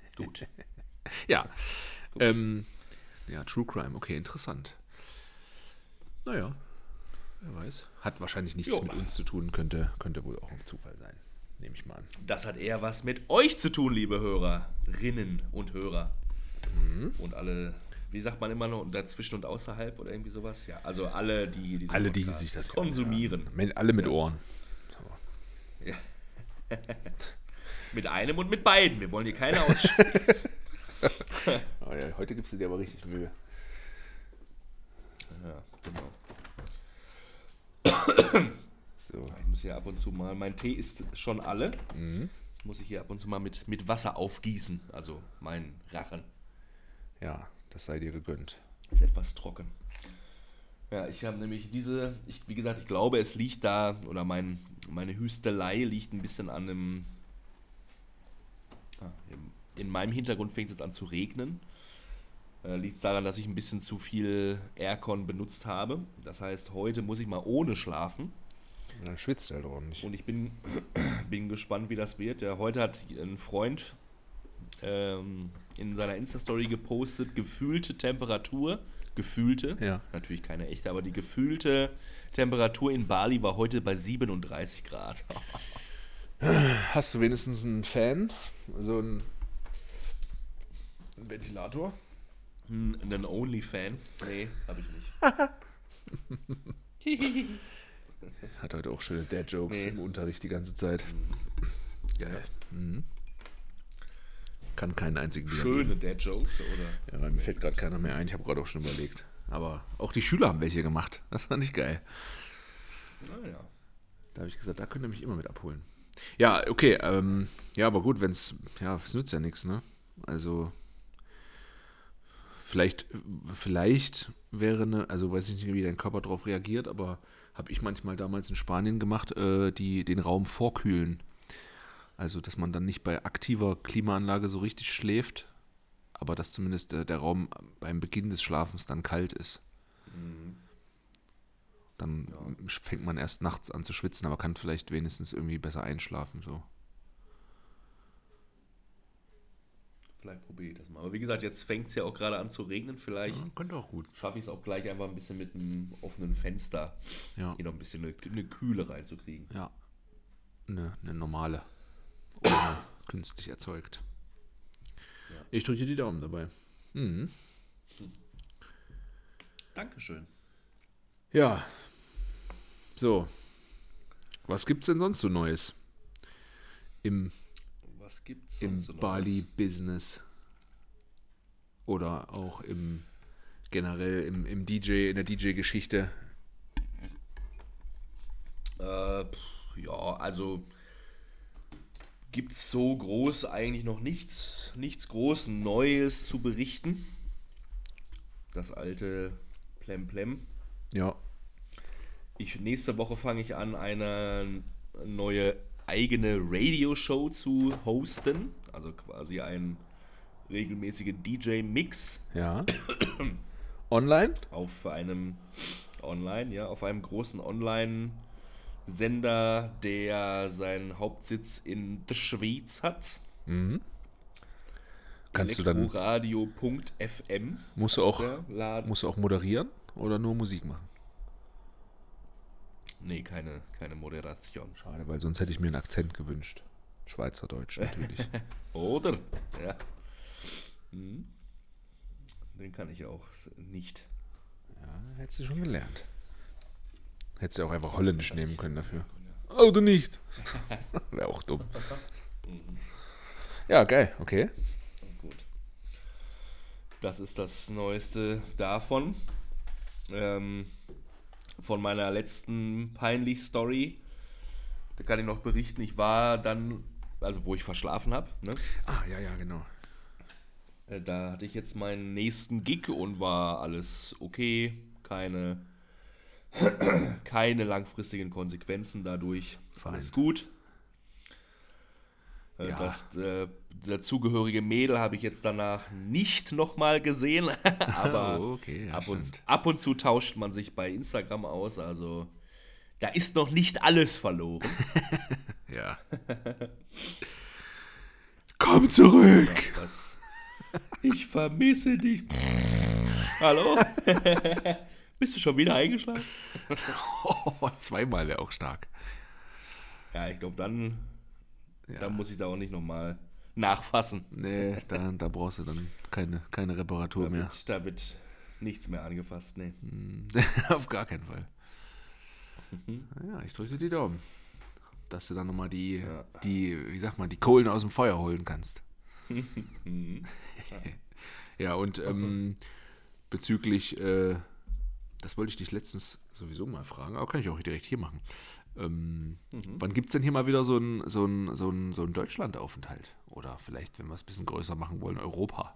Gut. Ja. Ähm, ja, True Crime, okay, interessant. Naja, wer weiß. Hat wahrscheinlich nichts Jo. mit uns zu tun, könnte, könnte wohl auch ein Zufall sein. Nehme ich mal an. Das hat eher was mit euch zu tun, liebe Hörerinnen und Hörer. Mhm. Und alle, wie sagt man immer noch, dazwischen und außerhalb oder irgendwie sowas? Ja, also alle, die diesen Alle, die Podcast sich das konsumieren. Ja, alle mit Ja. Ohren. Ja. Mit einem und mit beiden. Wir wollen hier keine ausschließen. Oh ja, heute gibst du dir aber richtig Mühe. Ja, genau. So. Ich muss hier ab und zu mal, mein Tee ist schon alle. Mhm. Jetzt muss ich hier ab und zu mal mit, mit Wasser aufgießen. Also mein Rachen Ja, das sei dir gegönnt. ist etwas trocken. Ja, ich habe nämlich diese, ich, wie gesagt, ich glaube, es liegt da, oder mein, meine Hüstelei liegt ein bisschen an einem, ah, im, in meinem Hintergrund fängt es jetzt an zu regnen. Äh, liegt es daran, dass ich ein bisschen zu viel Aircon benutzt habe. Das heißt, heute muss ich mal ohne schlafen. Und dann schwitzt er halt ordentlich. Und ich bin, bin gespannt, wie das wird. Ja, heute hat ein Freund ähm, in seiner Insta-Story gepostet, gefühlte Temperatur, gefühlte, Ja. natürlich keine echte, aber die gefühlte Temperatur in Bali war heute bei siebenunddreißig Grad. Hast du wenigstens einen Fan? So ein Ventilator? Ein Only-Fan? Nee, habe ich nicht. Hat heute auch schöne Dad-Jokes Nee. im Unterricht die ganze Zeit. Geil. Mhm. Kann keinen einzigen Schöne Dad-Jokes, oder? Ja, weil mir fällt gerade keiner mehr ein. Ich habe gerade auch schon überlegt. Aber auch die Schüler haben welche gemacht. Das fand ich geil. Naja. Da habe ich gesagt, da könnt ihr mich immer mit abholen. Ja, okay. Ähm, ja, aber gut, wenn es, ja, es nützt ja nichts, ne? Also, vielleicht, vielleicht wäre eine, also weiß ich nicht, wie dein Körper darauf reagiert, aber habe ich manchmal damals in Spanien gemacht, äh, die den Raum vorkühlen. Also, dass man dann nicht bei aktiver Klimaanlage so richtig schläft, aber dass zumindest äh, der Raum beim Beginn des Schlafens dann kalt ist. Mhm. Dann Ja. fängt man erst nachts an zu schwitzen, aber kann vielleicht wenigstens irgendwie besser einschlafen. So. Vielleicht probiere ich das mal. Aber wie gesagt, jetzt fängt es ja auch gerade an zu regnen. Vielleicht Ja, könnte auch gut. schaffe ich es auch gleich einfach ein bisschen mit einem offenen Fenster Ja, hier noch ein bisschen eine, eine Kühle reinzukriegen. ja. Eine, eine normale. Ohne künstlich erzeugt. Ja. Ich drücke dir die Daumen dabei. Mhm. Dankeschön. Ja. So. Was gibt's denn sonst so Neues? Im, Was gibt's im sonst so Neues? Bali-Business. Oder auch im generell im, im D J, in der D J-Geschichte. Äh, pff, ja, also gibt's so groß eigentlich noch nichts, nichts groß Neues zu berichten. Das alte Plemplem. Ja. Ich, nächste Woche fange ich an, eine neue eigene Radio-Show zu hosten. Also quasi einen regelmäßigen D J-Mix Ja. Online? auf einem Online, ja, auf einem großen Online-Sender, der seinen Hauptsitz in der Schweiz hat. Mhm. Kannst du dann, Elektroradio Punkt F M. musst du ist auch, der Laden. musst du auch moderieren oder nur Musik machen? Nee, keine, keine Moderation. Schade, weil sonst hätte ich mir einen Akzent gewünscht. Schweizerdeutsch natürlich. Oder? Ja. Hm. Den kann ich auch nicht. Ja, hättest du schon gelernt. Hättest du auch einfach Holländisch nehmen können dafür. Oder nicht? Wäre auch dumm. Ja, geil, okay. Gut. Das ist das Neueste davon. Ähm, von meiner letzten Peinlich-Story. Da kann ich noch berichten, ich war dann, also wo ich verschlafen habe, ne? Ah, ja, ja, genau. Äh, Da hatte ich jetzt meinen nächsten Gig und war alles okay. Keine, keine langfristigen Konsequenzen dadurch. Alles Fein. gut. Äh, Ja. Das äh, dazugehörige Mädel habe ich jetzt danach nicht nochmal gesehen, aber Oh, okay, ja, ab, und, stimmt. ab und zu tauscht man sich bei Instagram aus. Also da ist noch nicht alles verloren. Ja. Komm zurück! Ja, das, ich vermisse dich. Hallo? Bist du schon wieder eingeschlafen? Oh, zweimal wäre auch stark. Ja, ich glaube, dann, Ja. dann muss ich da auch nicht nochmal nachfassen. Nee, da, da brauchst du dann keine, keine Reparatur Da mehr. wird, da wird nichts mehr angefasst. Nee. Auf gar keinen Fall. Ja, ich drücke dir die Daumen. Dass du dann nochmal die, Ja. die, wie sagt man, die Kohlen aus dem Feuer holen kannst. Ja, und ähm, bezüglich, äh, das wollte ich dich letztens sowieso mal fragen, aber kann ich auch direkt hier machen. Ähm, Mhm. Wann gibt es denn hier mal wieder so einen so ein, so ein, so ein Deutschlandaufenthalt? Oder vielleicht, wenn wir es ein bisschen größer machen wollen, Europa?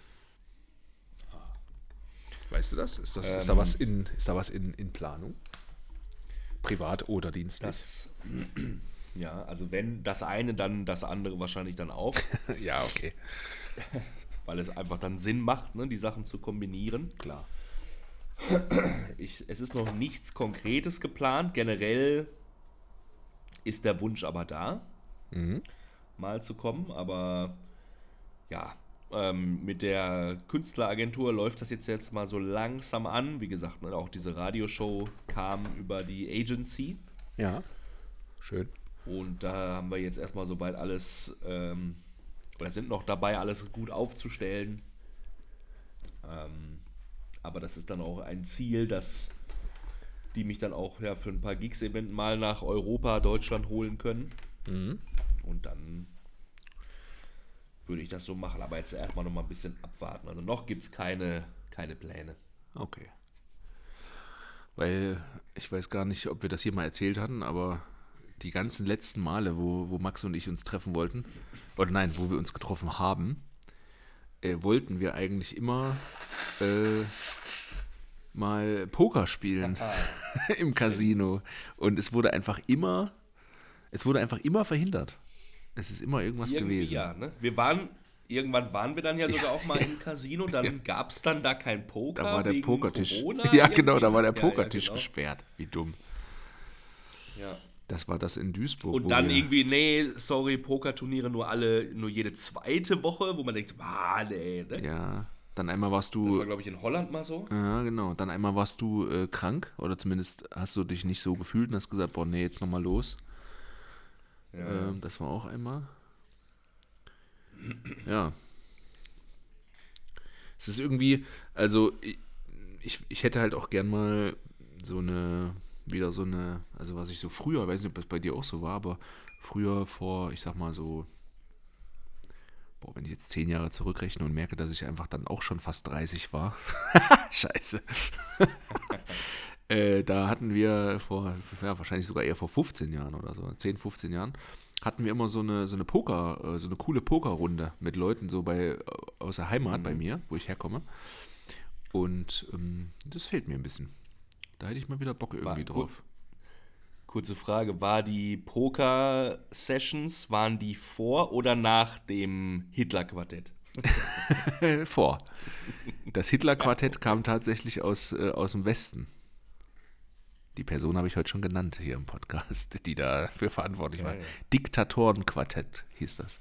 Weißt du das? Ist, das, Ähm, ist da was, in, ist da was in, in Planung? Privat oder dienstlich? Das, ja, also wenn das eine, dann das andere wahrscheinlich dann auch, Ja, okay. weil es einfach dann Sinn macht, ne, die Sachen zu kombinieren. Klar. Ich, es ist noch nichts Konkretes geplant. Generell ist der Wunsch aber da, mal zu kommen. Aber ja, ähm, mit der Künstleragentur läuft das jetzt, jetzt mal so langsam an. Wie gesagt, ne, auch diese Radioshow kam über die Agency. Ja. Schön. Und da haben wir jetzt erstmal soweit alles, ähm, oder sind noch dabei, alles gut aufzustellen. Ähm, aber das ist dann auch ein Ziel, dass die mich dann auch ja, für ein paar Gigs eben mal nach Europa, Deutschland holen können. Und dann würde ich das so machen. Aber jetzt erstmal noch mal ein bisschen abwarten. Also noch gibt es keine, keine Pläne. Okay. Weil ich weiß gar nicht, ob wir das hier mal erzählt hatten, aber die ganzen letzten Male, wo, wo Max und ich uns treffen wollten, oder nein, wo wir uns getroffen haben, äh, wollten wir eigentlich immer äh, mal Poker spielen im Casino. Und es wurde einfach immer, es wurde einfach immer verhindert. Es ist immer irgendwas Irgendwie gewesen. ja, ne? Wir waren, irgendwann waren wir dann ja sogar auch mal im Casino, dann gab es dann da kein Poker. Da war der wegen Pokertisch. Corona Ja, genau, da irgendwie, war ne? der Ja, ja, Pokertisch genau. gesperrt. Wie dumm. Ja. Das war das in Duisburg. Und wo dann wir, irgendwie, nee, sorry, Pokerturniere nur alle, nur jede zweite Woche, wo man denkt, ah, nee, ne? Ja, dann einmal warst Das war, du, glaube ich, in Holland mal so. ja genau, dann einmal warst du äh, krank oder zumindest hast du dich nicht so gefühlt und hast gesagt, boah, nee, jetzt nochmal los. Ja. Ähm, das war auch einmal. Ja. Es ist irgendwie, also ich, ich, ich hätte halt auch gern mal so eine, wieder so eine, also was ich so früher, weiß nicht, ob das bei dir auch so war, aber früher vor, ich sag mal so, boah, wenn ich jetzt zehn Jahre zurückrechne und merke, dass ich einfach dann auch schon fast dreißig war. Scheiße. äh, da hatten wir vor, ja, wahrscheinlich sogar eher vor fünfzehn Jahren oder so, zehn, fünfzehn Jahren, hatten wir immer so eine, so eine Poker, äh, so eine coole Pokerrunde mit Leuten so bei, äh, aus der Heimat Mhm. bei mir, wo ich herkomme. Und ähm, das fehlt mir ein bisschen. Da hätte ich mal wieder Bock irgendwie War- drauf. Kurze Frage, war die Poker-Sessions, waren die vor oder nach dem Hitler-Quartett? Vor. Das Hitler-Quartett kam tatsächlich aus, äh, aus dem Westen. Die Person habe ich heute schon genannt hier im Podcast, die dafür verantwortlich war. Geil. Diktatorenquartett hieß das.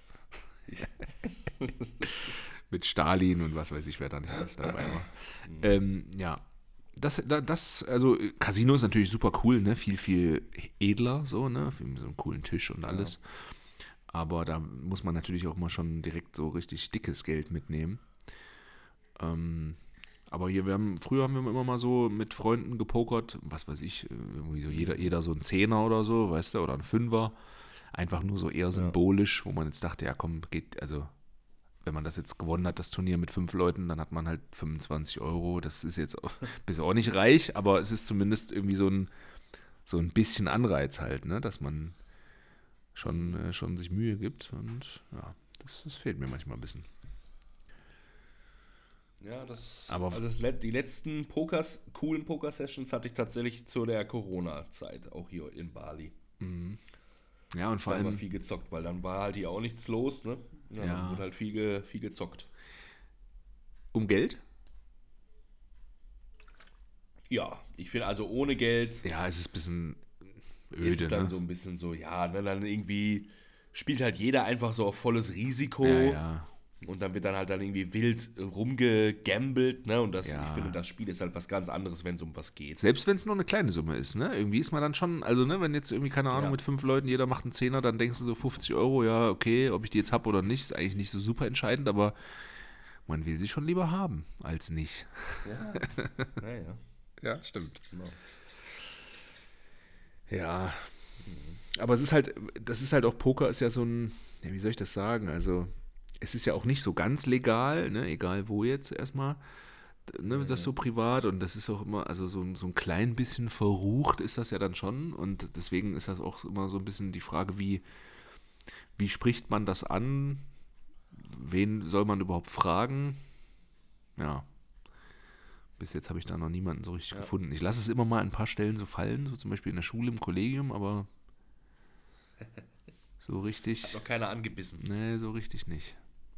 Mit Stalin und was weiß ich, wer da nicht alles dabei war. ähm, ja, das, da- das, also Casino ist natürlich super cool, ne? Viel, viel edler, so, ne? Mit so einem coolen Tisch und alles. Aber da muss man natürlich auch mal schon direkt so richtig dickes Geld mitnehmen. Ähm, aber hier, wir haben, früher haben wir immer mal so mit Freunden gepokert, was weiß ich, irgendwie so jeder, jeder so ein Zehner oder so, weißt du, oder ein Fünfer. Einfach nur so eher symbolisch, wo man jetzt dachte, ja komm, geht, also wenn man das jetzt gewonnen hat, das Turnier mit fünf Leuten, dann hat man halt fünfundzwanzig Euro. Das ist jetzt auch, bist auch nicht reich, aber es ist zumindest irgendwie so ein, so ein bisschen Anreiz halt, ne, dass man schon, äh, schon sich Mühe gibt. Und ja, das, das fehlt mir manchmal ein bisschen. Ja, das. Aber- also das, let- die letzten Pokers, coolen Poker-Sessions hatte ich tatsächlich zu der Corona-Zeit, auch hier in Bali. Ja, und vor Da haben wir allem, viel gezockt, weil dann war halt hier auch nichts los, ne? Ja, Ja. dann wurde halt viel, ge, viel gezockt. um Geld? Ja, ich finde also ohne Geld Ja, es ist ein bisschen ist öde, es dann ne? so ein bisschen so, ja, ne, dann irgendwie spielt halt jeder einfach so auf volles Risiko. Ja, ja. Und dann wird dann halt dann irgendwie wild rumgegambelt, ne? Und das, Ja. ich finde, das Spiel ist halt was ganz anderes, wenn es um was geht. Selbst wenn es nur eine kleine Summe ist, ne? Irgendwie ist man dann schon, also ne, wenn jetzt irgendwie, keine Ahnung, Ja. mit fünf Leuten, jeder macht einen Zehner, dann denkst du so fünfzig Euro, ja, okay, ob ich die jetzt habe oder nicht, ist eigentlich nicht so super entscheidend, aber man will sie schon lieber haben, als nicht. Ja, naja, Ja, stimmt. genau. Ja. Aber es ist halt, das ist halt auch, Poker ist ja so ein, ja, wie soll ich das sagen, also es ist ja auch nicht so ganz legal, ne, egal wo jetzt erstmal, ne, ist das so privat und das ist auch immer, also so, ein- so ein klein bisschen verrucht ist das ja dann schon und deswegen ist das auch immer so ein bisschen die Frage, wie, wie spricht man das an, wen soll man überhaupt fragen, ja, bis jetzt habe ich da noch niemanden so richtig Ja. gefunden. Ich lasse es immer mal an ein paar Stellen so fallen, so zum Beispiel in der Schule, im Kollegium, aber so richtig, Hat noch keiner angebissen. nee, so richtig nicht.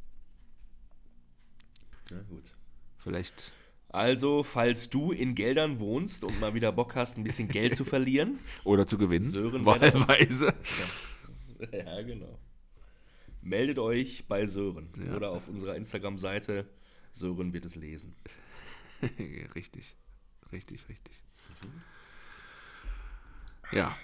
Ja, gut. Vielleicht, Also, falls du in Geldern wohnst und mal wieder Bock hast, ein bisschen Geld zu verlieren. oder zu gewinnen, Sören wäre da- wahlweise. Ja, genau. Meldet euch bei Sören Ja. oder auf unserer Instagram-Seite. Sören wird es lesen. Richtig, richtig, richtig. Ja.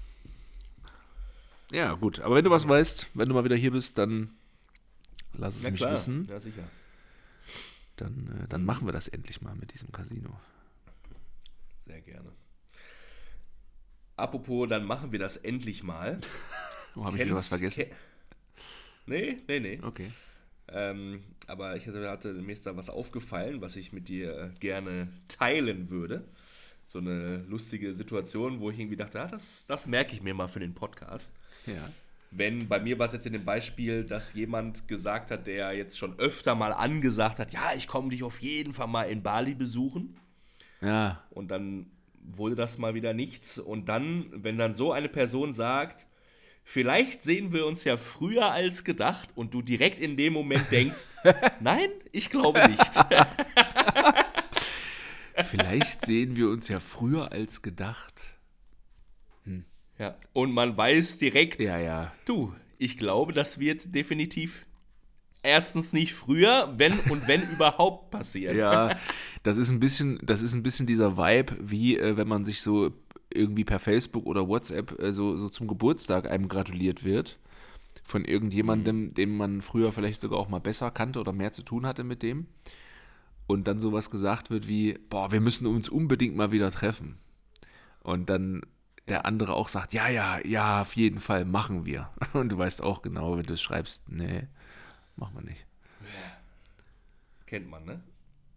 Ja, gut. Aber wenn du was weißt, wenn du mal wieder hier bist, dann lass es Na mich klar, wissen. ja sicher. Dann, äh, dann machen wir das endlich mal mit diesem Casino. Sehr gerne. Apropos, dann machen wir das endlich mal. Oh, habe ich wieder was vergessen? ke- Nee, nee, nee. Okay. Ähm, aber ich hatte, hatte mir ist da was aufgefallen, was ich mit dir gerne teilen würde. So eine lustige Situation, wo ich irgendwie dachte, ah, das, das merke ich mir mal für den Podcast. Ja. Wenn, bei mir war es jetzt in dem Beispiel, dass jemand gesagt hat, der jetzt schon öfter mal angesagt hat, ja, ich komme dich auf jeden Fall mal in Bali besuchen. Ja. Und dann wurde das mal wieder nichts. Und dann, wenn dann so eine Person sagt, vielleicht sehen wir uns ja früher als gedacht und du direkt in dem Moment denkst, nein, ich glaube nicht. Vielleicht sehen wir uns ja früher als gedacht. Ja. Und man weiß direkt, Ja, ja. du, ich glaube, das wird definitiv erstens nicht früher, wenn und wenn überhaupt passieren. Ja, das ist ein bisschen, das ist ein bisschen dieser Vibe, wie äh, wenn man sich so irgendwie per Facebook oder WhatsApp äh, so, so zum Geburtstag einem gratuliert wird von irgendjemandem, den man früher vielleicht sogar auch mal besser kannte oder mehr zu tun hatte mit dem. Und dann sowas gesagt wird wie, boah, wir müssen uns unbedingt mal wieder treffen. Und dann der andere auch sagt, ja, ja, ja, auf jeden Fall, machen wir. Und du weißt auch genau, wenn du es schreibst, nee, machen wir nicht. Kennt man, ne?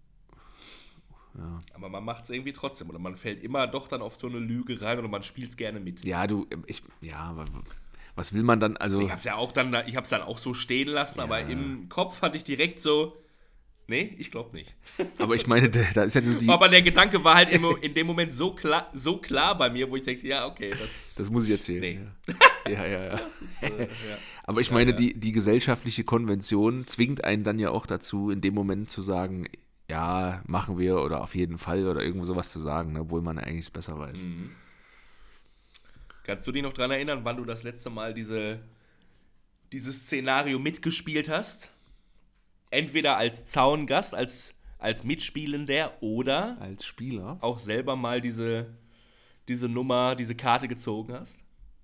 Ja. Aber man macht es irgendwie trotzdem. Oder man fällt immer doch dann auf so eine Lüge rein oder man spielt es gerne mit. Ja, du, ich, ja, wa- was will man dann, also, Ich hab's ja auch dann, ich hab's dann auch so stehen lassen, aber im Kopf hatte ich direkt so, nee, ich glaube nicht. aber ich meine, da da ist ja so die, Aber der Gedanke war halt im, in dem Moment so klar, so klar bei mir, wo ich dachte, ja, okay, das, das muss ich erzählen. Nee. Ja, ja, ja. das ist, äh, ja. Aber ich Ja, meine, ja. Die, die gesellschaftliche Konvention zwingt einen dann ja auch dazu, in dem Moment zu sagen, ja, machen wir oder auf jeden Fall oder irgendwo sowas zu sagen, ne, obwohl man eigentlich es besser weiß. Mhm. Kannst du dich noch dran erinnern, wann du das letzte Mal diese, dieses Szenario mitgespielt hast? Entweder als Zaungast, als, als Mitspielender oder Als Spieler? auch selber mal diese, diese Nummer, diese Karte gezogen hast?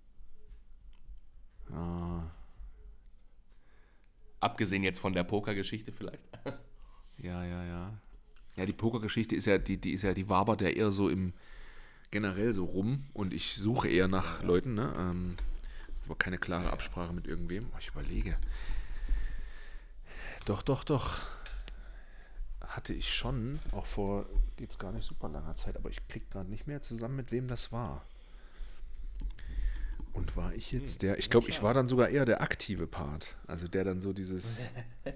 Ah, Abgesehen jetzt von der Pokergeschichte vielleicht. ja, ja, ja. Ja, die Pokergeschichte ist ja, die, die ist ja, die wabert ja eher so im generell so rum und ich suche eher nach Leuten, ne? Ähm, ist aber keine klare Absprache mit irgendwem. Oh, ich überlege. Doch, doch, doch. Hatte ich schon, auch vor jetzt gar nicht super langer Zeit, aber ich krieg gerade nicht mehr zusammen, mit wem das war. Und war ich jetzt der, ich glaube, ich war dann sogar eher der aktive Part. Also der dann so dieses,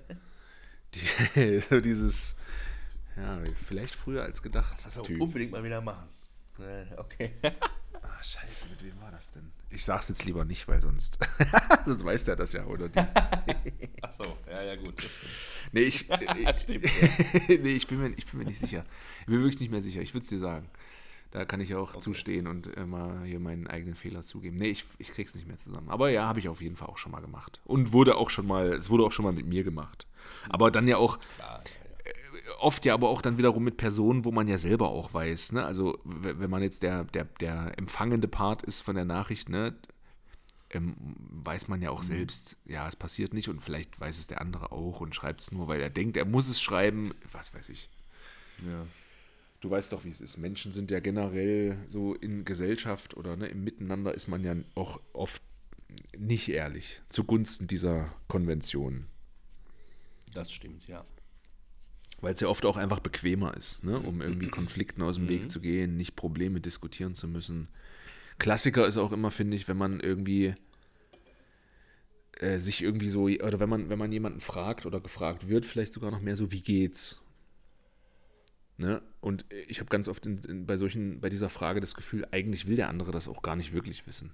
die, so dieses, ja, vielleicht früher als gedacht. Also Typ. unbedingt mal wieder machen. Äh, Okay. Ah, scheiße, mit wem war das denn? Ich sag's jetzt lieber nicht, weil sonst, sonst weiß der das ja, oder die. Achso, ja, ja, gut, das stimmt. Nee, ich, ich, Stimmt, nee, ich, bin mir, ich bin mir nicht sicher. Ich bin wirklich nicht mehr sicher, ich würde es dir sagen. Da kann ich auch Okay. zustehen und immer hier meinen eigenen Fehler zugeben. Nee, ich, ich krieg's nicht mehr zusammen. Aber ja, habe ich auf jeden Fall auch schon mal gemacht. Und wurde auch schon mal, es wurde auch schon mal mit mir gemacht. Aber dann ja auch, Klar, ja, ja. oft ja aber auch dann wiederum mit Personen, wo man ja selber auch weiß, ne? Also w- wenn man jetzt der, der, der empfangende Part ist von der Nachricht, ne? Ähm, weiß man ja auch selbst, ja, es passiert nicht und vielleicht weiß es der andere auch und schreibt es nur, weil er denkt, er muss es schreiben, was weiß ich. Ja. Du weißt doch, wie es ist. Menschen sind ja generell so in Gesellschaft oder ne, im Miteinander ist man ja auch oft nicht ehrlich zugunsten dieser Konvention. Das stimmt, ja. Weil es ja oft auch einfach bequemer ist, ne, um irgendwie Konflikten aus dem Weg zu gehen, nicht Probleme diskutieren zu müssen. Klassiker ist auch immer, finde ich, wenn man irgendwie äh, sich irgendwie so, oder wenn man, wenn man jemanden fragt oder gefragt wird, vielleicht sogar noch mehr so, wie geht's? Ne? Und ich habe ganz oft in, in, bei solchen, bei dieser Frage das Gefühl, eigentlich will der andere das auch gar nicht wirklich wissen.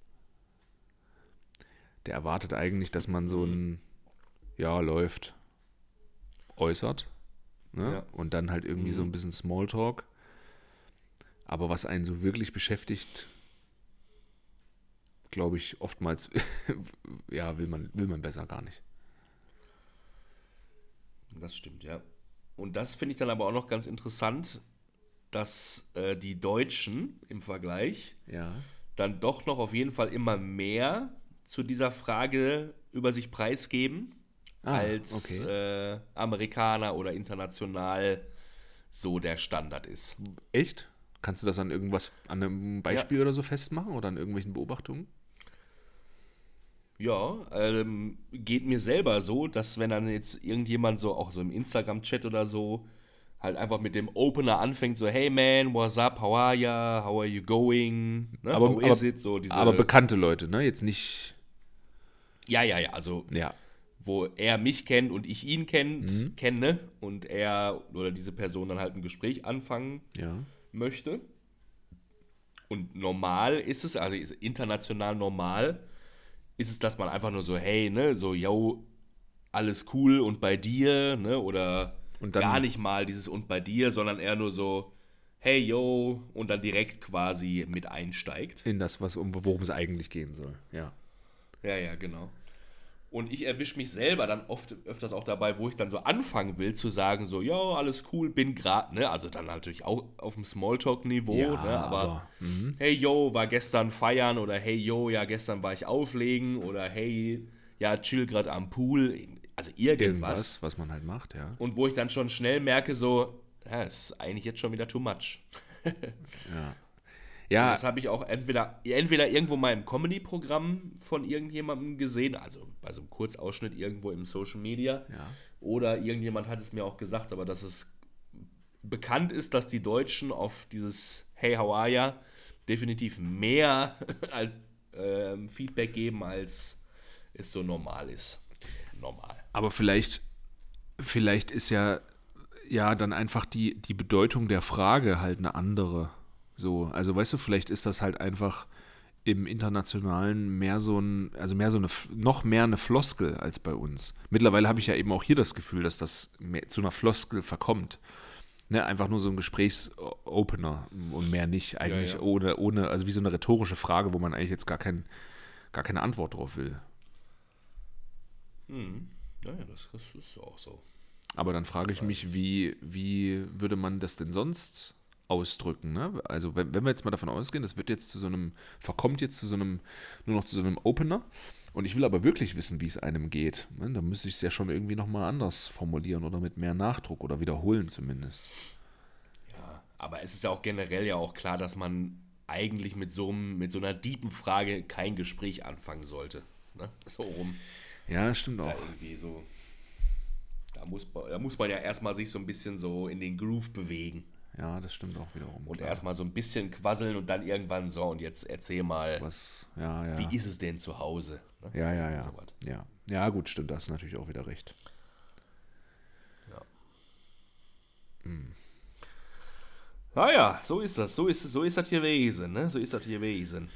Der erwartet eigentlich, dass man so ein Ja, läuft äußert. Ne? Ja. Und dann halt irgendwie so ein bisschen Smalltalk. Aber was einen so wirklich beschäftigt, glaube ich, oftmals, ja, will man, will man besser gar nicht. Das stimmt, ja. Und das finde ich dann aber auch noch ganz interessant, dass äh, die Deutschen im Vergleich Ja. dann doch noch auf jeden Fall immer mehr zu dieser Frage über sich preisgeben, Ah, als okay. äh, Amerikaner oder international so der Standard ist. Echt? Kannst du das an irgendwas, an einem Beispiel Ja. oder so festmachen oder an irgendwelchen Beobachtungen? Ja, ähm, geht mir selber so, dass wenn dann jetzt irgendjemand so, auch so im Instagram-Chat oder so, halt einfach mit dem Opener anfängt, so, hey man, what's up, how are ya, how are you going, ne, Aber, how aber, is it, so diese, aber bekannte Leute, ne? Jetzt nicht, ja, ja, ja, also, ja. wo er mich kennt und ich ihn kennt, kenne und er oder diese Person dann halt ein Gespräch anfangen Ja. möchte. Und normal ist es, also ist international normal, ist es, dass man einfach nur so, hey, ne, so, yo, alles cool und bei dir, ne, oder Und dann- gar nicht mal dieses und bei dir, sondern eher nur so, hey, yo, und dann direkt quasi mit einsteigt. In das, was, um, worum es eigentlich gehen soll. Ja. Ja, ja, genau. Und ich erwische mich selber dann oft öfters auch dabei, wo ich dann so anfangen will zu sagen, so, yo, alles cool, bin grad, ne, also dann natürlich auch auf dem Smalltalk-Niveau, Ja, ne, aber, aber, hey, yo, war gestern feiern oder hey, yo, ja, gestern war ich auflegen oder hey, ja, chill grad am Pool, also irgendwas. Irgendwas, was man halt macht, ja. Und wo ich dann schon schnell merke, so, ja, ist eigentlich jetzt schon wieder too much. Ja, Das habe ich auch entweder, entweder irgendwo mal im Comedy-Programm von irgendjemandem gesehen, also bei so einem Kurzausschnitt irgendwo im Social Media, Ja. oder irgendjemand hat es mir auch gesagt, aber dass es bekannt ist, dass die Deutschen auf dieses Hey, how are ya definitiv mehr als ähm, Feedback geben, als es so normal ist. Normal. aber vielleicht, vielleicht ist ja, ja dann einfach die, die Bedeutung der Frage halt eine andere. So, also weißt du, vielleicht ist das halt einfach im Internationalen mehr so ein, also mehr so eine, noch mehr eine Floskel als bei uns. Mittlerweile habe ich ja eben auch hier das Gefühl, dass das mehr zu einer Floskel verkommt. Ne, einfach nur so ein Gesprächsopener und mehr nicht. Eigentlich Ja, ja. ohne, ohne, also wie so eine rhetorische Frage, wo man eigentlich jetzt gar, kein, gar keine Antwort drauf will. Hm. Naja, das, das ist auch so. Aber dann frage ich mich, wie, wie würde man das denn sonst ausdrücken? Ne? Also wenn, wenn wir jetzt mal davon ausgehen, das wird jetzt zu so einem, verkommt jetzt zu so einem, nur noch zu so einem Opener und ich will aber wirklich wissen, wie es einem geht, ne? Dann müsste ich es ja schon irgendwie nochmal anders formulieren oder mit mehr Nachdruck oder wiederholen zumindest. Ja, aber es ist ja auch generell ja auch klar, dass man eigentlich mit so, einem, mit so einer deepen Frage kein Gespräch anfangen sollte. Ne? So rum. Ja, stimmt Ist ja auch. irgendwie so. Da muss, man- da muss man ja erstmal sich so ein bisschen so in den Groove bewegen. Ja, das stimmt auch wiederum. Und klar. erstmal so ein bisschen quasseln und dann irgendwann so, und jetzt erzähl mal, Was, ja, ja. wie ist es denn zu Hause? Ne? Ja, ja, ja. So was. ja. Ja, gut, stimmt, da hast du natürlich auch wieder recht. Naja, so ist das. So ist, so ist das gewesen. Ne? So ist das gewesen.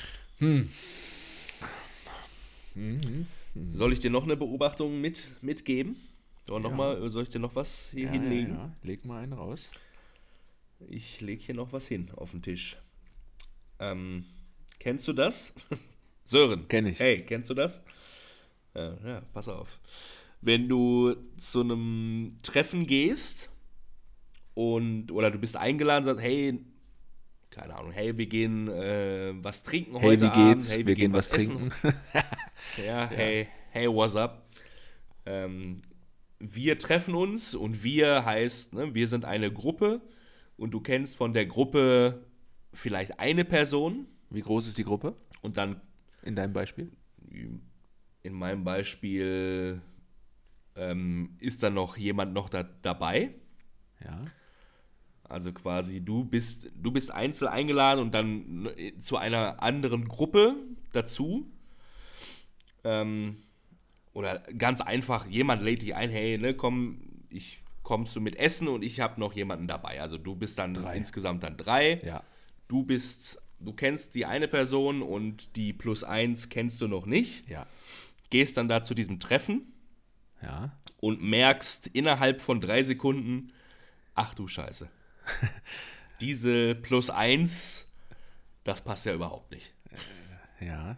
Soll ich dir noch eine Beobachtung mit, mitgeben? Oder noch Ja. mal, soll ich dir noch was hier Ja, hinlegen? ja, ja. Leg mal einen raus. ich lege hier noch was hin auf den Tisch. Ähm, kennst du das? Sören. Kenn ich. Hey, kennst du das? Ja, ja, pass auf. Wenn du zu einem Treffen gehst und oder du bist eingeladen, sagst, hey, keine Ahnung, hey, wir gehen äh, was trinken Hey, heute wie Abend. geht's? Hey, wir, gehen was trinken. Ja, hey, hey, what's up? Ähm, wir treffen uns und wir heißt, ne, wir sind eine Gruppe und du kennst von der Gruppe vielleicht eine Person Wie groß ist die Gruppe und dann in deinem Beispiel? in meinem Beispiel ähm, ist dann noch jemand noch da, dabei. Ja. Also quasi du bist, du bist einzeln eingeladen und dann zu einer anderen Gruppe dazu. Ähm, oder ganz einfach, jemand lädt dich ein, hey, ne, komm, ich kommst du mit Essen und ich habe noch jemanden dabei. Also du bist dann Drei. insgesamt dann drei. Ja. Du bist, du kennst die eine Person und die plus eins kennst du noch nicht. Ja. Gehst dann da zu diesem Treffen Ja. und merkst innerhalb von drei Sekunden, ach du Scheiße. Diese plus eins, das passt ja überhaupt nicht. Ja.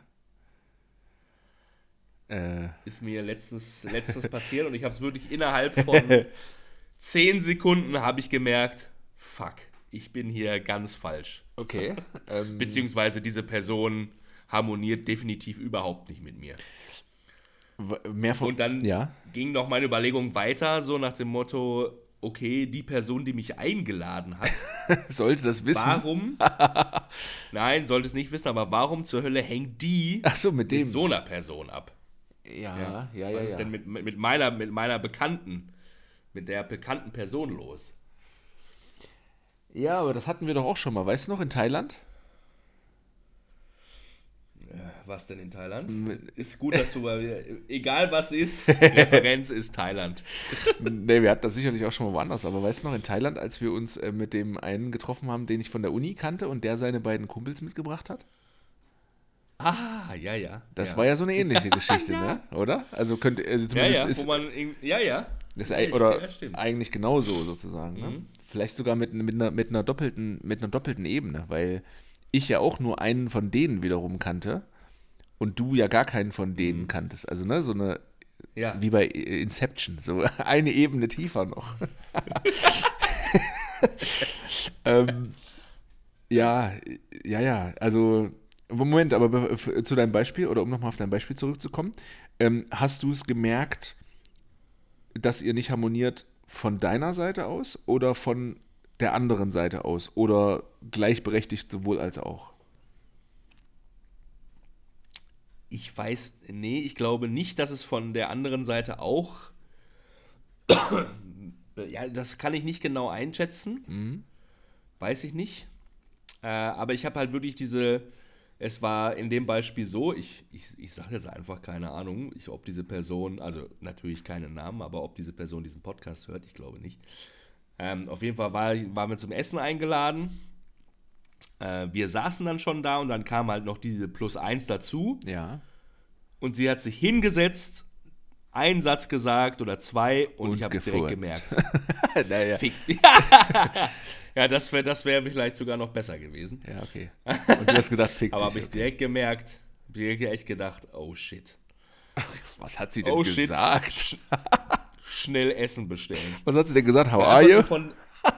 Äh. Ist mir letztens, letztens passiert und ich habe es wirklich innerhalb von zehn Sekunden habe ich gemerkt, fuck, ich bin hier ganz falsch. Okay. ähm, Beziehungsweise diese Person harmoniert definitiv überhaupt nicht mit mir. mehr von, Und dann ja. ging noch meine Überlegung weiter, so nach dem Motto, okay, die Person, die mich eingeladen hat, sollte das wissen. warum, nein, sollte es nicht wissen, aber warum zur Hölle hängt die Ach so, mit dem. mit so einer Person ab? Ja, ja, ja. ja Was ist ja. denn mit, mit, mit, meiner, mit meiner Bekannten, mit der bekannten Person los? Ja, aber das hatten wir doch auch schon mal. Weißt du noch, in Thailand? Was denn in Thailand? Ist gut, dass du, egal was ist, Referenz ist Thailand. Ne, wir hatten das sicherlich auch schon mal woanders, aber weißt du noch, in Thailand, als wir uns äh, mit dem einen getroffen haben, den ich von der Uni kannte und der seine beiden Kumpels mitgebracht hat? Ah, ja, ja. Das ja. war ja so eine ähnliche Geschichte, Ja. ne? Oder? Also könnte, also Ja, zumindest ja, ist, wo man, in- ja, ja. ist Ich- oder ja, stimmt. eigentlich genauso sozusagen, ne? Mhm. Vielleicht sogar mit, mit, einer, mit, einer doppelten, mit einer doppelten Ebene, weil ich ja auch nur einen von denen wiederum kannte und du ja gar keinen von denen kanntest. Also, ne, so eine, Ja. wie bei Inception, so eine Ebene tiefer noch. ähm, ja, ja, ja, also Moment, aber be- f- zu deinem Beispiel, oder um nochmal auf dein Beispiel zurückzukommen, ähm, hast du es gemerkt, dass ihr nicht harmoniert von deiner Seite aus oder von der anderen Seite aus oder gleichberechtigt sowohl als auch? Ich weiß, nee, ich glaube nicht, dass es von der anderen Seite auch. Ja, das kann ich nicht genau einschätzen. Mhm. Weiß ich nicht. Äh, aber ich habe halt wirklich diese. Es war in dem Beispiel so, ich, ich, ich sage jetzt einfach keine Ahnung, ich, ob diese Person, also natürlich keinen Namen, aber ob diese Person diesen Podcast hört, ich glaube nicht. Ähm, auf jeden Fall war, waren wir zum Essen eingeladen. Äh, wir saßen dann schon da und dann kam halt noch diese Plus eins dazu. Ja. Und sie hat sich hingesetzt, einen Satz gesagt oder zwei und, Und ich habe gefurzt. direkt gemerkt. naja. Fick. Ja, das wäre das wär vielleicht sogar noch besser gewesen. Ja, okay. Und du hast gedacht, fick Aber dich. habe ich okay. direkt gemerkt, hab direkt echt gedacht, oh shit. Was hat sie denn Oh shit. gesagt? Schnell Essen bestellen. Was hat sie denn gesagt? How Ja, are einfach you? so von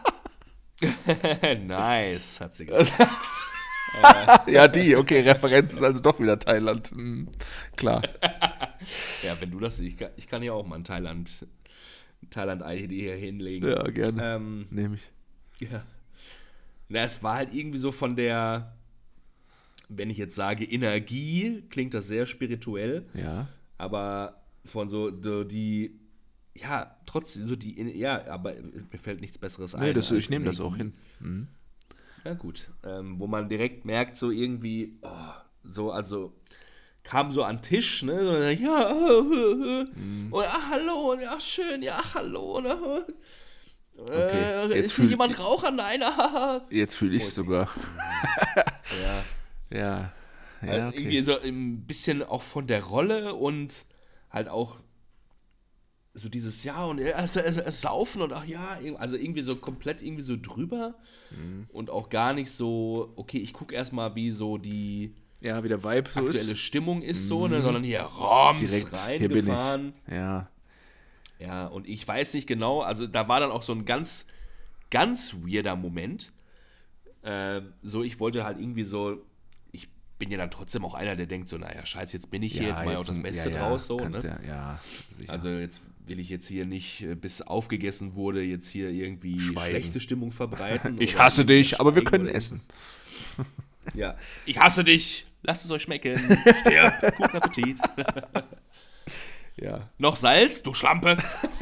nice, hat sie gesagt. Ja, die. Okay, Referenz ist also doch wieder Thailand. Hm, klar. Ja, wenn du das, ich kann, ich kann ja auch mal ein Thailand, Thailand-I D hier hinlegen. Ja, gerne. Ähm, Nehme ich. Ja. Na, es war halt irgendwie so von der, wenn ich jetzt sage Energie, klingt das sehr spirituell, Ja. aber von so, so die, ja, trotzdem so die, ja, aber mir fällt nichts Besseres ein. Nee, das, als ich nehme das Energie. auch hin. Mhm. Ja, gut. Ähm, wo man direkt merkt, so irgendwie, oh, so, also, kam so an den Tisch, ne, so, ja, äh, äh, Mhm. und ach, hallo, und ach, schön, ja, ach, hallo, und, äh, Okay, äh, jetzt ist hier fühl- jemand Raucher? Nein, haha. Jetzt fühle ich Oh, sogar. Ja, Ja. halt Ja, irgendwie okay. so ein bisschen auch von der Rolle und halt auch, so dieses, ja, und äh, äh, äh, saufen und ach ja, irg- also irgendwie so komplett irgendwie so drüber und auch gar nicht so, okay, ich gucke erstmal, wie so die Ja, wie der Vibe so aktuelle ist. Stimmung ist, so, ne, sondern hier Roms Direkt, hier bin ich. reingefahren. Ja, Ja, und ich weiß nicht genau, also da war dann auch so ein ganz, ganz weirder Moment. Äh, so, ich wollte halt irgendwie so, ich bin ja dann trotzdem auch einer, der denkt so, naja, scheiße, jetzt bin ich hier, ja, jetzt mal auch das mu- Beste ja, ja, draus, so, ne? kannst Ja, ja, sicher. Also jetzt will ich jetzt hier nicht, äh, bis aufgegessen wurde, jetzt hier irgendwie Schweigen. schlechte Stimmung verbreiten. Ich oder hasse irgendwie dich, aber wir schweigen können oder essen. irgendwas. Ja, ich hasse dich, lasst es euch schmecken, stirb, guten Appetit. Ja. Noch Salz, du Schlampe.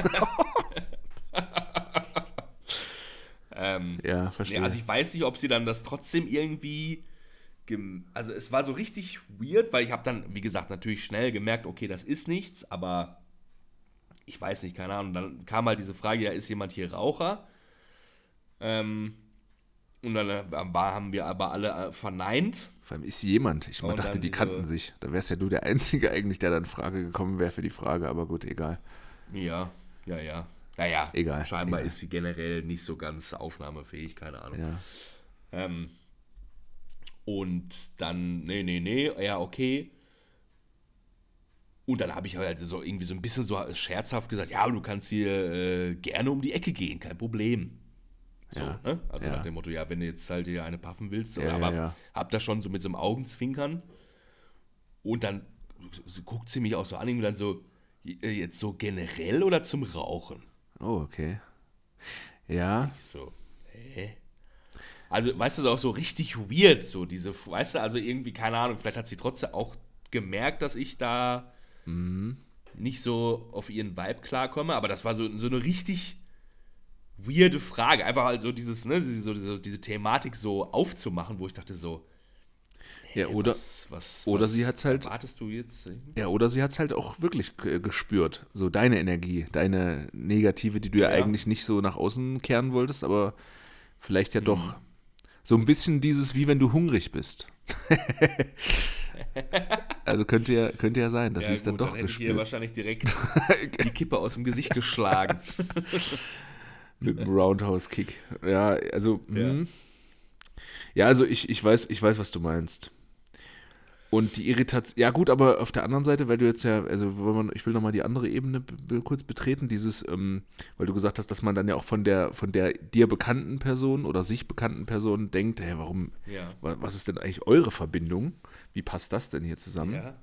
ähm, Ja, nee, verstehe. also ich weiß nicht, ob sie dann das trotzdem irgendwie, gem- also es war so richtig weird, weil ich habe dann, wie gesagt, natürlich schnell gemerkt, okay, das ist nichts, aber ich weiß nicht, keine Ahnung. Dann kam halt diese Frage, ja, ist jemand hier Raucher? Ähm, und dann äh, war, haben wir aber alle äh, verneint. Vor allem ist jemand. Ich Und dachte, dann die diese- kannten sich. Da wärst ja du der Einzige eigentlich, der dann in Frage gekommen wäre für die Frage. Aber gut, egal. Ja, ja, ja. Naja, Egal, scheinbar egal. ist sie generell nicht so ganz aufnahmefähig, keine Ahnung. Ja. Ähm, und dann, nee, nee, nee, ja, okay. Und dann habe ich halt so irgendwie so ein bisschen so scherzhaft gesagt, ja, du kannst hier äh, gerne um die Ecke gehen, kein Problem. So, Ja, ne? Also ja. nach dem Motto, ja, wenn du jetzt halt hier eine paffen willst, Ja, aber ja, ja. hab das schon so mit so einem Augenzwinkern. Und dann so, guckt sie mich auch so an und dann so, äh, jetzt so generell oder zum Rauchen? Oh, okay. Ja. Ich so, hä? Also, weißt du, auch so richtig weird, so diese, weißt du, also irgendwie, keine Ahnung, vielleicht hat sie trotzdem auch gemerkt, dass ich da nicht so auf ihren Vibe klarkomme, aber das war so, so eine richtig weirde Frage. Einfach halt so dieses, ne, so, so, diese Thematik so aufzumachen, wo ich dachte so, Ja, hey, oder, was, was, oder was sie hat's halt- erwartest du jetzt? ja, oder sie hat es halt auch wirklich g- gespürt. So deine Energie, deine negative, die du ja, Ja. eigentlich nicht so nach außen kehren wolltest, aber vielleicht ja doch so ein bisschen dieses, wie wenn du hungrig bist. Also könnte ja, könnte ja sein, dass sie es dann gut, doch hätte ich hier gespürt. wahrscheinlich direkt die Kippe aus dem Gesicht geschlagen. Mit dem Roundhouse-Kick. Ja, also, Ja. ja, ja also ich, ich, weiß, ich weiß, was du meinst. Und die Irritation, ja gut, aber auf der anderen Seite, weil du jetzt ja, also wenn man, ich will nochmal die andere Ebene b- b- kurz betreten, dieses, ähm, weil du gesagt hast, dass man dann ja auch von der, von der dir bekannten Person oder sich bekannten Person denkt, hey, warum, Ja. wa- was ist denn eigentlich eure Verbindung? Wie passt das denn hier zusammen? Ja.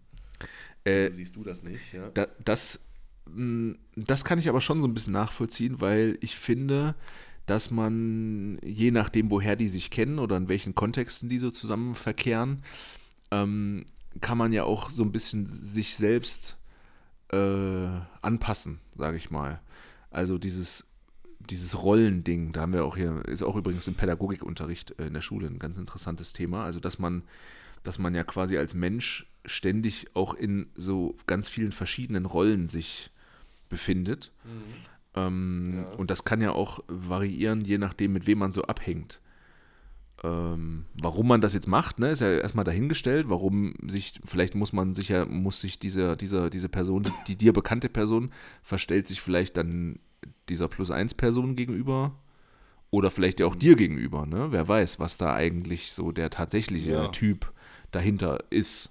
Äh, So siehst du das nicht, ja. Da, das, mh, das kann ich aber schon so ein bisschen nachvollziehen, weil ich finde, dass man, je nachdem, woher die sich kennen oder in welchen Kontexten die so zusammen verkehren, ähm, kann man ja auch so ein bisschen sich selbst äh, anpassen, sage ich mal. Also dieses, dieses Rollending, da haben wir auch hier, ist auch übrigens im Pädagogikunterricht äh, in der Schule ein ganz interessantes Thema. Also dass man, dass man ja quasi als Mensch ständig auch in so ganz vielen verschiedenen Rollen sich befindet. Ähm, Ja. Und das kann ja auch variieren, je nachdem, mit wem man so abhängt. Ähm, warum man das jetzt macht, ne, ist ja erstmal dahingestellt. Warum sich, vielleicht muss man sich ja, muss sich diese, diese, diese Person, die, die dir bekannte Person, verstellt sich vielleicht dann dieser Plus-eins-Person gegenüber oder vielleicht ja auch dir gegenüber, ne? Wer weiß, was da eigentlich so der tatsächliche Ja. Typ dahinter ist.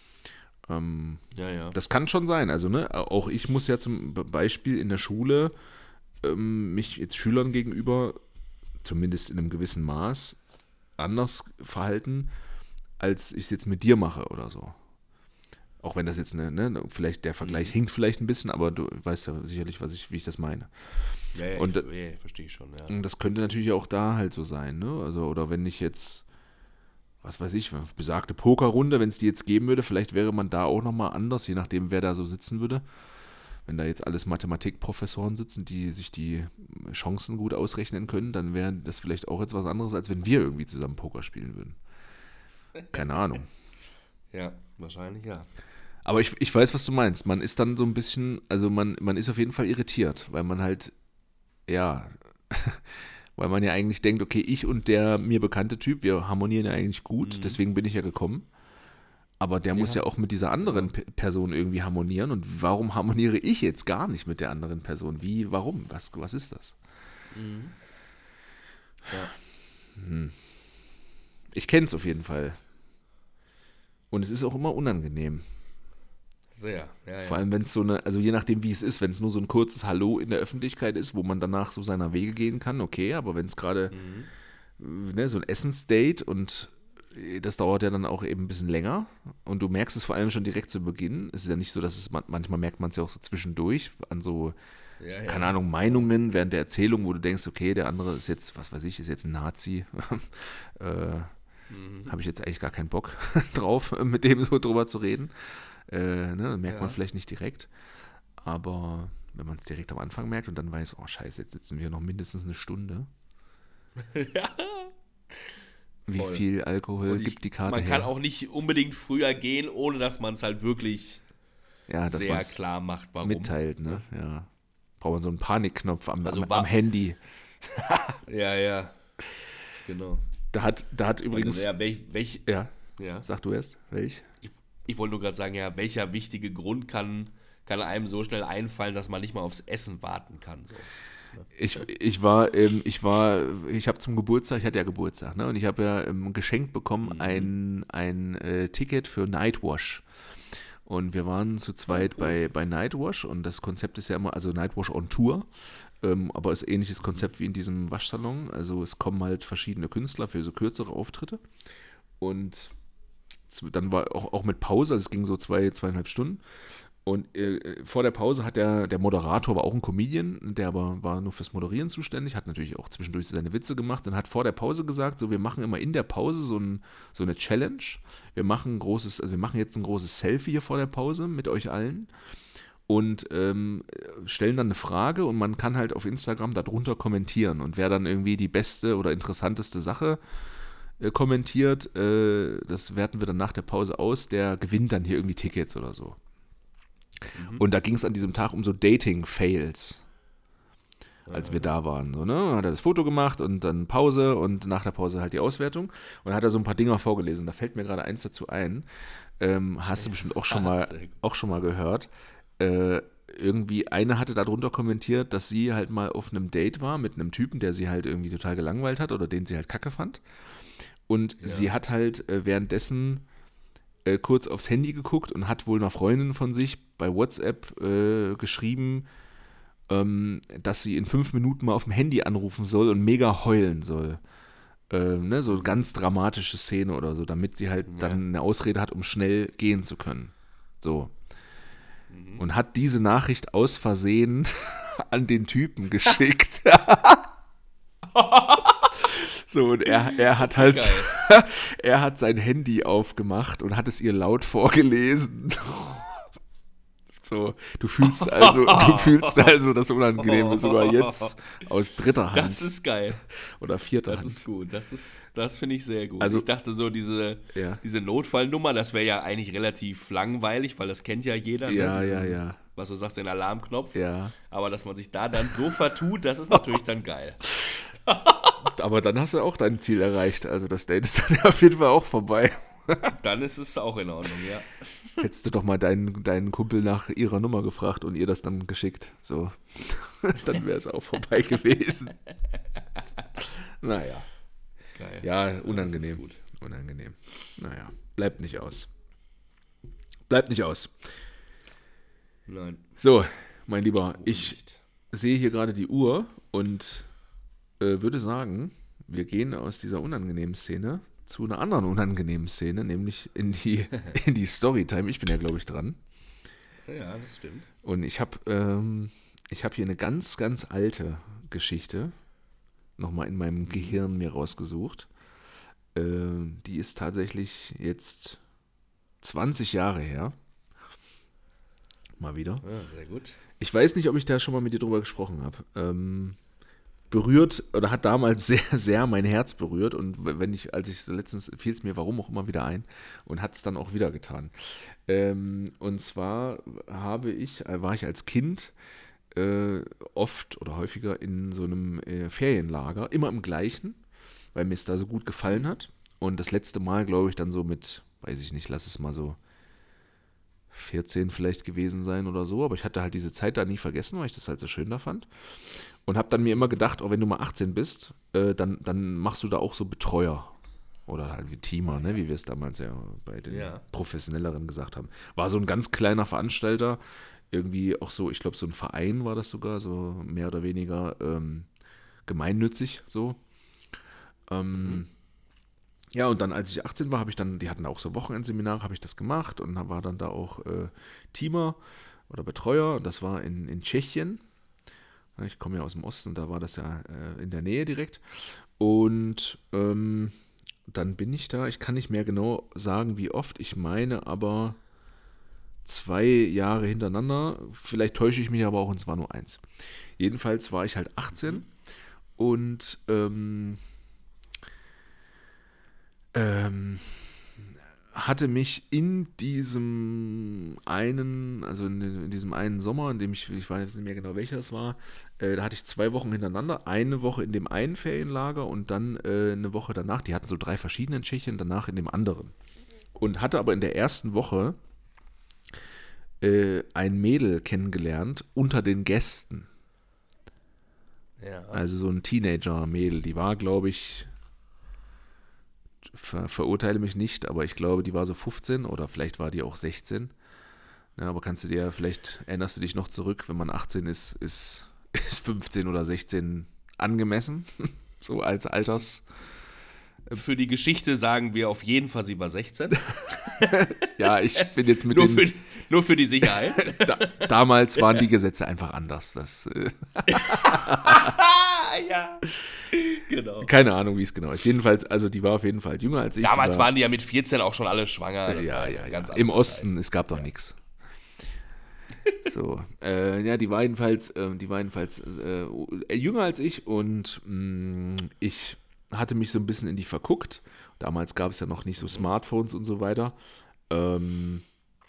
Ähm, Ja, ja. das kann schon sein. Also, ne, auch ich muss ja zum Be- Beispiel in der Schule ähm, mich jetzt Schülern gegenüber, zumindest in einem gewissen Maß, anders verhalten, als ich es jetzt mit dir mache oder so. Auch wenn das jetzt, ne, ne vielleicht der Vergleich hinkt vielleicht ein bisschen, aber du weißt ja sicherlich, was ich, wie ich das meine. Ja, ja, Und- ich, ja, verstehe ich schon, ja. Und das könnte natürlich auch da halt so sein, ne? Also, oder wenn ich jetzt, was weiß ich, besagte Pokerrunde, wenn es die jetzt geben würde, vielleicht wäre man da auch nochmal anders, je nachdem, wer da so sitzen würde. Wenn da jetzt alles Mathematikprofessoren sitzen, die sich die Chancen gut ausrechnen können, dann wäre das vielleicht auch jetzt was anderes, als wenn wir irgendwie zusammen Poker spielen würden. Keine Ahnung. Ja, wahrscheinlich ja. Aber ich, ich weiß, was du meinst. Man ist dann so ein bisschen, also man, man ist auf jeden Fall irritiert, weil man halt, ja, weil man ja eigentlich denkt, okay, ich und der mir bekannte Typ, wir harmonieren ja eigentlich gut, Mhm. deswegen bin ich ja gekommen. Aber der muss Ja. ja auch mit dieser anderen P- Person irgendwie harmonieren. Und warum harmoniere ich jetzt gar nicht mit der anderen Person? Wie, warum? Was, was ist das? Mhm. Ja. Ich kenne es auf jeden Fall. Und es ist auch immer unangenehm. Sehr. Ja, Vor ja. allem, wenn es so eine, also je nachdem, wie es ist, wenn es nur so ein kurzes Hallo in der Öffentlichkeit ist, wo man danach so seiner Wege gehen kann, okay, aber wenn es gerade Mhm. äh, ne, so ein Essensdate und äh, das dauert ja dann auch eben ein bisschen länger und du merkst es vor allem schon direkt zu Beginn. Es ist ja nicht so, dass es man, manchmal merkt man es ja auch so zwischendurch an so, Ja, keine ja. Ahnung, Meinungen während der Erzählung, wo du denkst, okay, der andere ist jetzt, was weiß ich, ist jetzt ein Nazi. äh, Mhm. Habe ich jetzt eigentlich gar keinen Bock drauf, mit dem so drüber zu reden. Äh, ne, merkt Ja. man vielleicht nicht direkt. Aber wenn man es direkt am Anfang merkt und dann weiß, oh scheiße, jetzt sitzen wir noch mindestens eine Stunde. Ja. Wie Voll. viel Alkohol Und ich, gibt die Karte man her? kann auch nicht unbedingt früher gehen, ohne dass man es halt wirklich Ja, dass sehr man's klar macht, warum. mitteilt, ne? Ja. Braucht man so einen Panikknopf am, Also am, wa- am Handy. Ja, ja. Genau. Da hat, da hat übrigens. Ja, welch, welch, Ja, ja. sag du erst, welch? Ich, ich wollte nur gerade sagen, ja, welcher wichtige Grund kann, kann einem so schnell einfallen, dass man nicht mal aufs Essen warten kann. So. Ich, ich war, ähm, ich war, ich habe zum Geburtstag, ich hatte ja Geburtstag, ne? Und ich habe ja ähm, geschenkt bekommen Mhm. ein, ein äh, Ticket für Nightwash. Und wir waren zu zweit bei, bei Nightwash und das Konzept ist ja immer, also Nightwash on Tour, ähm, aber ist ähnliches Konzept wie in diesem Waschsalon. Also es kommen halt verschiedene Künstler für so kürzere Auftritte. Und z- dann war auch, auch mit Pause, also es ging so zwei, zweieinhalb Stunden. Und äh, vor der Pause hat der, der Moderator, war auch ein Comedian, der aber war nur fürs Moderieren zuständig, hat natürlich auch zwischendurch seine Witze gemacht und hat vor der Pause gesagt, so wir machen immer in der Pause so, ein, so eine Challenge. Wir machen ein großes, also wir machen jetzt ein großes Selfie hier vor der Pause mit euch allen und ähm, stellen dann eine Frage und man kann halt auf Instagram darunter kommentieren. Und wer dann irgendwie die beste oder interessanteste Sache äh, kommentiert, äh, das werten wir dann nach der Pause aus, der gewinnt dann hier irgendwie Tickets oder so. Und da ging es an diesem Tag um so Dating-Fails, als wir da waren. So, ne? Hat er das Foto gemacht und dann Pause und nach der Pause halt die Auswertung. Und dann hat er so ein paar Dinger vorgelesen. Da fällt mir gerade eins dazu ein. Ähm, hast du bestimmt auch schon mal, Sehr gut. auch schon mal gehört. Äh, irgendwie eine hatte darunter kommentiert, dass sie halt mal auf einem Date war mit einem Typen, der sie halt irgendwie total gelangweilt hat oder den sie halt kacke fand. Und Ja. sie hat halt äh, währenddessen äh, kurz aufs Handy geguckt und hat wohl einer Freundin von sich bei WhatsApp äh, geschrieben, ähm, dass sie in fünf Minuten mal auf dem Handy anrufen soll und mega heulen soll. Ähm, ne, so ganz dramatische Szene oder so, damit sie halt Ja. dann eine Ausrede hat, um schnell gehen zu können. So. Und hat diese Nachricht aus Versehen an den Typen geschickt. So, und er, er hat halt, Geil. er hat sein Handy aufgemacht und hat es ihr laut vorgelesen. So, du fühlst also, du fühlst also das Unangenehme sogar jetzt aus dritter Hand Das ist geil. oder vierter Das Hand. ist gut. Das ist, das finde ich sehr gut. Also- ich dachte so, diese, Ja. diese Notfallnummer, das wäre ja eigentlich relativ langweilig, weil das kennt ja jeder. Ja, ne? ja, Diesen, ja. Was du sagst, den Alarmknopf. Ja. Aber dass man sich da dann so vertut, das ist natürlich dann geil. Aber dann hast du auch dein Ziel erreicht. Also das Date ist dann auf jeden Fall auch vorbei. Dann ist es auch in Ordnung, ja. Hättest du doch mal deinen, deinen Kumpel nach ihrer Nummer gefragt und ihr das dann geschickt. So. Dann wäre es auch vorbei gewesen. Naja. Geil. Ja, Das unangenehm. ist gut. Unangenehm. Naja, bleibt nicht aus. Bleibt nicht aus. Nein. So, mein Lieber, ich nicht. sehe hier gerade die Uhr und äh, würde sagen, wir gehen aus dieser unangenehmen Szene zu einer anderen unangenehmen Szene, nämlich in die, in die Storytime. Ich bin ja, glaube ich, dran. Ja, das stimmt. Und ich habe ähm, ich hab hier eine ganz, ganz alte Geschichte nochmal in meinem Gehirn mir rausgesucht. Äh, die ist tatsächlich jetzt zwanzig Jahre her. Mal wieder. Ja, sehr gut. Ich weiß nicht, ob ich da schon mal mit dir drüber gesprochen habe. Ähm, berührt oder hat damals sehr, sehr mein Herz berührt und wenn ich, als ich letztens fiel es mir warum auch immer wieder ein und hat es dann auch wieder getan. Ähm, und zwar habe ich, äh, war ich als Kind äh, oft oder häufiger in so einem äh, Ferienlager, immer im gleichen, weil mir es da so gut gefallen hat. Und das letzte Mal, glaube ich, dann so mit weiß ich nicht, lass es mal so vierzehn vielleicht gewesen sein oder so, aber ich hatte halt diese Zeit da nie vergessen, weil ich das halt so schön da fand. Und habe dann mir immer gedacht, oh, wenn du mal achtzehn bist, äh, dann, dann machst du da auch so Betreuer. Oder halt wie Teamer, ne, wie wir es damals ja bei den Ja. Professionelleren gesagt haben. War so ein ganz kleiner Veranstalter, irgendwie auch so, ich glaube, so ein Verein war das sogar, so mehr oder weniger ähm, gemeinnützig so. Ähm, Ja, und dann, als ich achtzehn war, habe ich dann, die hatten auch so Wochenendseminare, habe ich das gemacht und war dann da auch äh, Teamer oder Betreuer. Und das war in, in Tschechien. Ja, ich komme ja aus dem Osten und da war das ja äh, in der Nähe direkt. Und ähm, dann bin ich da, ich kann nicht mehr genau sagen, wie oft, ich meine aber zwei Jahre hintereinander. Vielleicht täusche ich mich aber auch und es war nur eins. Jedenfalls war ich halt achtzehn und ähm, ähm, hatte mich in diesem einen, also in, in diesem einen Sommer, in dem ich, ich weiß nicht mehr genau welcher es war, äh, da hatte ich zwei Wochen hintereinander, eine Woche in dem einen Ferienlager und dann äh, eine Woche danach, die hatten so drei verschiedene in Tschechien, danach in dem anderen. Und hatte aber in der ersten Woche äh, ein Mädel kennengelernt unter den Gästen. Ja. Also so ein Teenager-Mädel, die war, glaube ich, ver verurteile mich nicht, aber ich glaube, die war so fünfzehn oder vielleicht war die auch sechzehn. Ja, aber kannst du dir, vielleicht erinnerst du dich noch zurück, wenn man achtzehn ist, ist, ist fünfzehn oder sechzehn angemessen, so als Alters. Für die Geschichte sagen wir auf jeden Fall, sie war sechzehn. Ja, ich bin jetzt mit nur, den... für, die- nur für die Sicherheit. Da, damals waren die Gesetze einfach anders. Das, äh, Ah, ja. Genau. keine Ahnung, wie es genau ist. Jedenfalls, also die war auf jeden Fall jünger als ich. Damals die war, waren die ja mit vierzehn auch schon alle schwanger. Das Ja, war ja, eine ja. ganz Im andere Osten, Zeit. es gab doch nichts. So, äh, ja, die war jedenfalls, äh, die war jedenfalls äh, jünger als ich und mh, ich hatte mich so ein bisschen in die verguckt. Damals gab es ja noch nicht so Smartphones und so weiter. Ähm,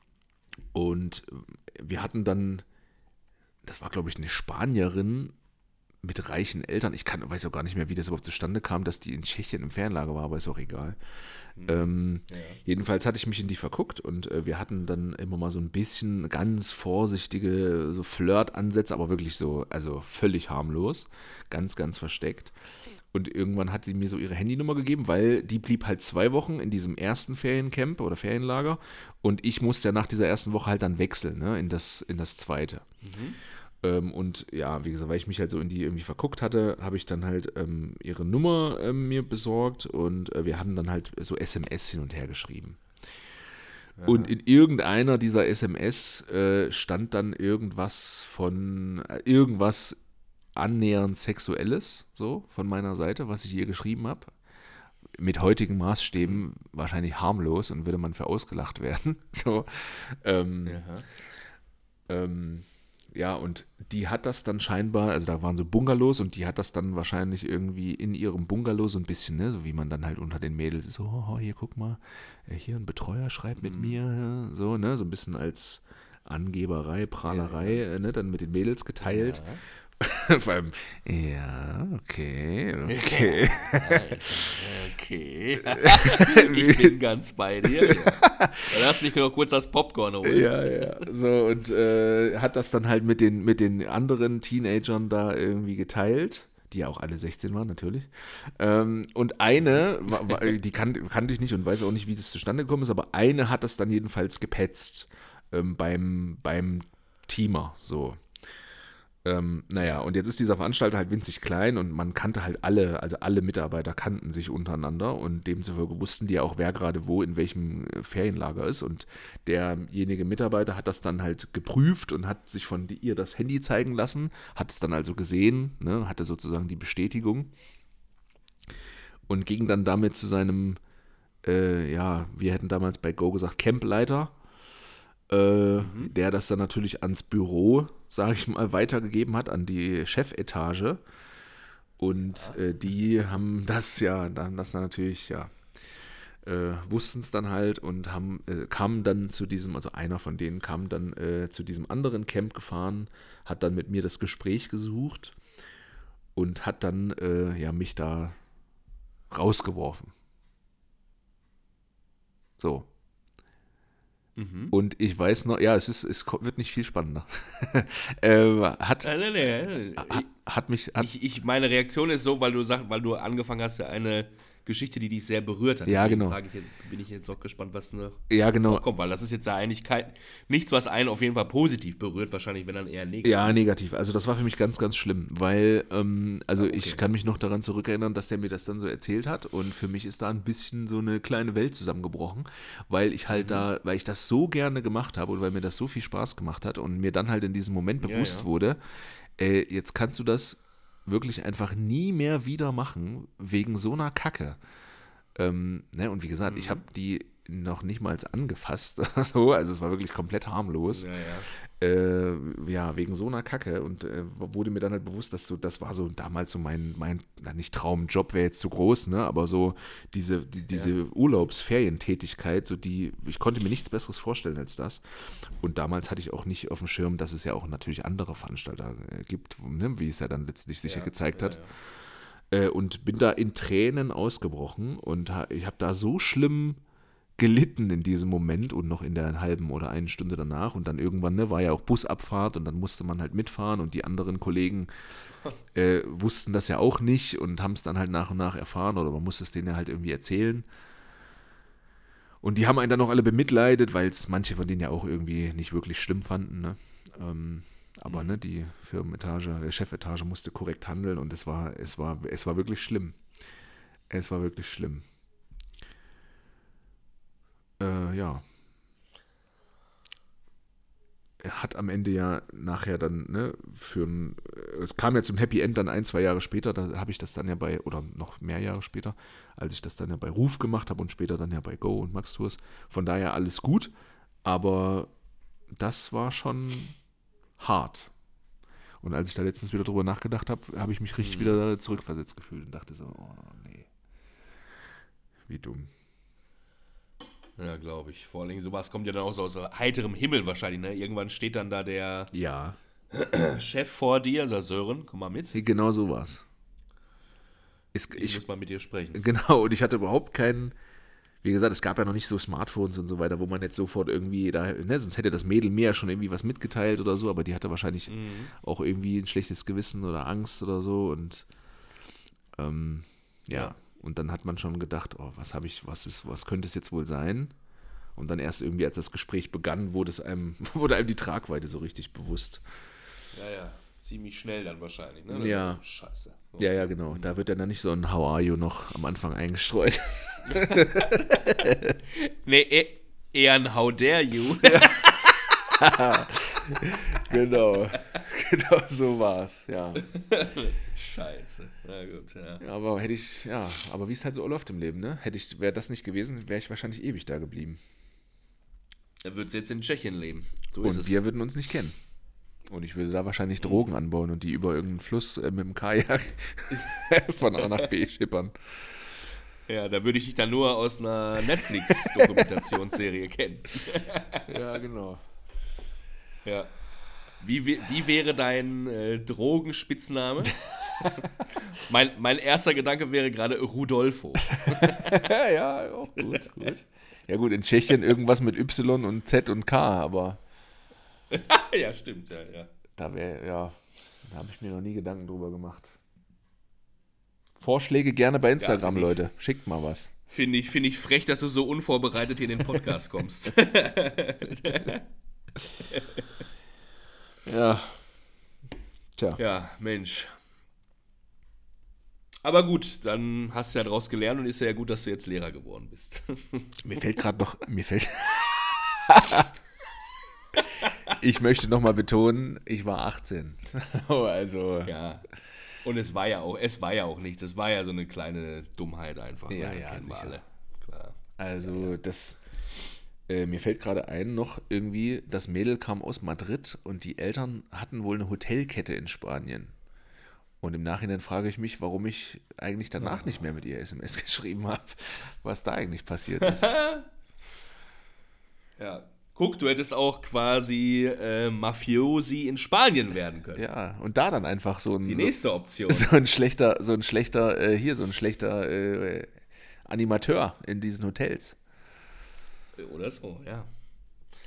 und wir hatten dann, das war glaube ich eine Spanierin mit reichen Eltern. Ich kann, weiß auch gar nicht mehr, wie das überhaupt zustande kam, dass die in Tschechien im Ferienlager war, aber ist auch egal. Ähm, Ja. Jedenfalls hatte ich mich in die verguckt und äh, wir hatten dann immer mal so ein bisschen ganz vorsichtige so Flirt-Ansätze, aber wirklich so, also völlig harmlos, ganz, ganz versteckt. Und irgendwann hat sie mir so ihre Handynummer gegeben, weil die blieb halt zwei Wochen in diesem ersten Feriencamp oder Ferienlager und ich musste ja nach dieser ersten Woche halt dann wechseln, ne, in das, in das zweite. Ähm, und ja, wie gesagt, weil ich mich halt so in die irgendwie verguckt hatte, habe ich dann halt ähm, ihre Nummer ähm, mir besorgt und äh, wir haben dann halt so S M S hin und her geschrieben. Und in irgendeiner dieser S M S äh, stand dann irgendwas von, äh, irgendwas annähernd Sexuelles, so von meiner Seite, was ich ihr geschrieben habe. Mit heutigen Maßstäben wahrscheinlich harmlos und würde man für ausgelacht werden. So, ähm, Ja. ähm, ja, und die hat das dann scheinbar, also da waren so Bungalows und die hat das dann wahrscheinlich irgendwie in ihrem Bungalow so ein bisschen, ne, so wie man dann halt unter den Mädels ist, so, oh, hier, guck mal, äh, hier ein Betreuer schreibt mit mir, ja, so, ne, so ein bisschen als Angeberei, Prahlerei, Ja, äh, ne, dann mit den Mädels geteilt. Ja. Vor allem, ja, okay, okay. Okay. Ich bin ganz bei dir. Ja. Dann lass mich noch kurz das Popcorn holen. Ja, ja. So, und äh, hat das dann halt mit den, mit den anderen Teenagern da irgendwie geteilt, die ja auch alle sechzehn waren, natürlich. Ähm, und eine, war, war, die kan kannte ich nicht und weiß auch nicht, wie das zustande gekommen ist, aber eine hat das dann jedenfalls gepetzt ähm, beim, beim Teamer, so. Ähm, naja, und jetzt ist dieser Veranstalter halt winzig klein und man kannte halt alle, also alle Mitarbeiter kannten sich untereinander und demzufolge wussten die ja auch, wer gerade wo in welchem äh, Ferienlager ist und derjenige Mitarbeiter hat das dann halt geprüft und hat sich von ihr das Handy zeigen lassen, hat es dann also gesehen, ne, hatte sozusagen die Bestätigung und ging dann damit zu seinem, äh, ja, wir hätten damals bei Go gesagt, Campleiter, äh, mhm. der das dann natürlich ans Büro, sage ich mal, weitergegeben hat, an die Chefetage. Und äh, die haben das ja, dann das natürlich, ja, äh, wussten es dann halt und haben, äh, kamen dann zu diesem, also einer von denen kam dann äh, zu diesem anderen Camp gefahren, hat dann mit mir das Gespräch gesucht und hat dann äh, ja, mich da rausgeworfen. So. Mhm. Und ich weiß noch, ja, es ist, es ko- wird nicht viel spannender. ähm, hat, Äh, nee, nee, nee. hat, hat mich, hat, Ich, ich, meine Reaktion ist so, weil du sagst, weil du angefangen hast, ja eine Geschichte, die dich sehr berührt hat. Ja, Deswegen genau. frage ich jetzt, bin ich jetzt auch gespannt, was noch, ja, genau. noch kommt, weil das ist jetzt ja eigentlich kein, nichts, was einen auf jeden Fall positiv berührt, wahrscheinlich, wenn dann eher negativ. Ja, negativ. Also das war für mich ganz, ganz schlimm, weil, ähm, also Ah, okay. ich kann mich noch daran zurückerinnern, dass der mir das dann so erzählt hat und für mich ist da ein bisschen so eine kleine Welt zusammengebrochen, weil ich halt Mhm. da, weil ich das so gerne gemacht habe und weil mir das so viel Spaß gemacht hat und mir dann halt in diesem Moment Ja, bewusst ja. wurde, äh, jetzt kannst du das wirklich einfach nie mehr wieder machen wegen so einer Kacke. Ähm, ne, und wie gesagt, ich Mhm. habe die noch nicht mal angefasst, so, also es war wirklich komplett harmlos. Ja, ja. Äh, ja, wegen so einer Kacke und äh, wurde mir dann halt bewusst, dass so, das war so damals so mein, mein, na nicht Traumjob wäre jetzt zu groß, ne, aber so diese, die, diese Ja. Urlaubsferientätigkeit, so die, ich konnte mir nichts Besseres vorstellen als das. Und damals hatte ich auch nicht auf dem Schirm, dass es ja auch natürlich andere Veranstalter äh, gibt, ne, wie es ja dann letztlich sicher Ja, gezeigt ja, hat. ja. Äh, und bin da in Tränen ausgebrochen und ha, ich habe da so schlimm gelitten in diesem Moment und noch in der halben oder einen Stunde danach und dann irgendwann, ne, war ja auch Busabfahrt und dann musste man halt mitfahren und die anderen Kollegen äh, wussten das ja auch nicht und haben es dann halt nach und nach erfahren oder man musste es denen ja halt irgendwie erzählen. Und die haben einen dann noch alle bemitleidet, weil es manche von denen ja auch irgendwie nicht wirklich schlimm fanden, ne? Ähm, aber ne, die Firmenetage, äh, Chefetage musste korrekt handeln und es war, es war, es war wirklich schlimm. Es war wirklich schlimm. Äh, ja. Er hat am Ende ja nachher dann, ne, für ein, es kam ja zum Happy End dann ein, zwei Jahre später, da habe ich das dann ja bei, oder noch mehr Jahre später, als ich das dann ja bei Ruf gemacht habe und später dann ja bei Go und Max Tours. Von daher alles gut, aber das war schon hart. Und als ich da letztens wieder drüber nachgedacht habe, habe ich mich richtig Mhm. wieder zurückversetzt gefühlt und dachte so, oh nee, wie dumm. Ja, glaube ich. Vor allen Dingen, sowas kommt ja dann auch so aus heiterem Himmel wahrscheinlich, ne? Irgendwann steht dann da der Ja, Chef vor dir, also Sören, komm mal mit. genau so war's. Ist, Ich, ich, muss mal mit dir sprechen. genau, und ich hatte überhaupt keinen, wie gesagt, es gab ja noch nicht so Smartphones und so weiter, wo man jetzt sofort irgendwie da, ne, sonst hätte das Mädel mir ja schon irgendwie was mitgeteilt oder so, aber die hatte wahrscheinlich Mhm. auch irgendwie ein schlechtes Gewissen oder Angst oder so und ähm, ja. Ja. Und dann hat man schon gedacht, oh, was habe ich, was ist, was könnte es jetzt wohl sein? Und dann erst irgendwie, als das Gespräch begann, wurde es einem, wurde einem die Tragweite so richtig bewusst. Ja, ja. Ziemlich schnell dann wahrscheinlich, ne? Ja. Oh, Scheiße. Ja, ja, genau. Da wird dann nicht so ein How are you noch am Anfang eingestreut. Nee, eh- eher ein How dare you. Genau. Genau so war's, ja. Scheiße. Na gut, ja. Ja, aber hätte ich, ja, aber wie es halt so läuft im Leben, ne? Hätte ich, wäre das nicht gewesen, wäre ich wahrscheinlich ewig da geblieben. Er wird jetzt in Tschechien leben. So ist Und es. wir würden uns nicht kennen. Und ich würde da wahrscheinlich Drogen anbauen und die über irgendeinen Fluss äh, mit dem Kajak von A nach B schippern. Ja, da würde ich dich dann nur aus einer Netflix-Dokumentationsserie kennen. Ja, genau. Ja. Wie, wie, wie wäre dein äh, Drogenspitzname? mein, mein erster Gedanke wäre gerade Rudolfo. Ja, ja, auch gut, gut. Ja gut, in Tschechien irgendwas mit Y und Z und K, aber Ja, stimmt, ja, ja. da wäre, ja, da habe ich mir noch nie Gedanken drüber gemacht. Vorschläge gerne bei Instagram, finde ich- Leute. Schickt mal was. Finde ich, finde ich frech, dass du so unvorbereitet hier in den Podcast kommst. Ja. Tja. Ja, Mensch. Aber gut, dann hast du ja daraus gelernt und ist ja gut, dass du jetzt Lehrer geworden bist. Mir fällt gerade noch, mir fällt. Ich möchte nochmal betonen, ich war achtzehn. Also. Ja. Und es war ja auch, es war ja auch nichts. Es war ja so eine kleine Dummheit einfach. Ja, ne? ja, Kennen wir sicher. alle. Klar. Also das, äh, mir fällt gerade ein noch irgendwie, das Mädel kam aus Madrid und die Eltern hatten wohl eine Hotelkette in Spanien. Und im Nachhinein frage ich mich, warum ich eigentlich danach nicht mehr mit ihr S M S geschrieben habe, was da eigentlich passiert ist. Ja. Guck, du hättest auch quasi äh, Mafiosi in Spanien werden können. Ja, und da dann einfach so ein, Die so, nächste Option. so ein schlechter, so ein schlechter, äh, hier so ein schlechter äh, Animateur in diesen Hotels. Oder so, ja.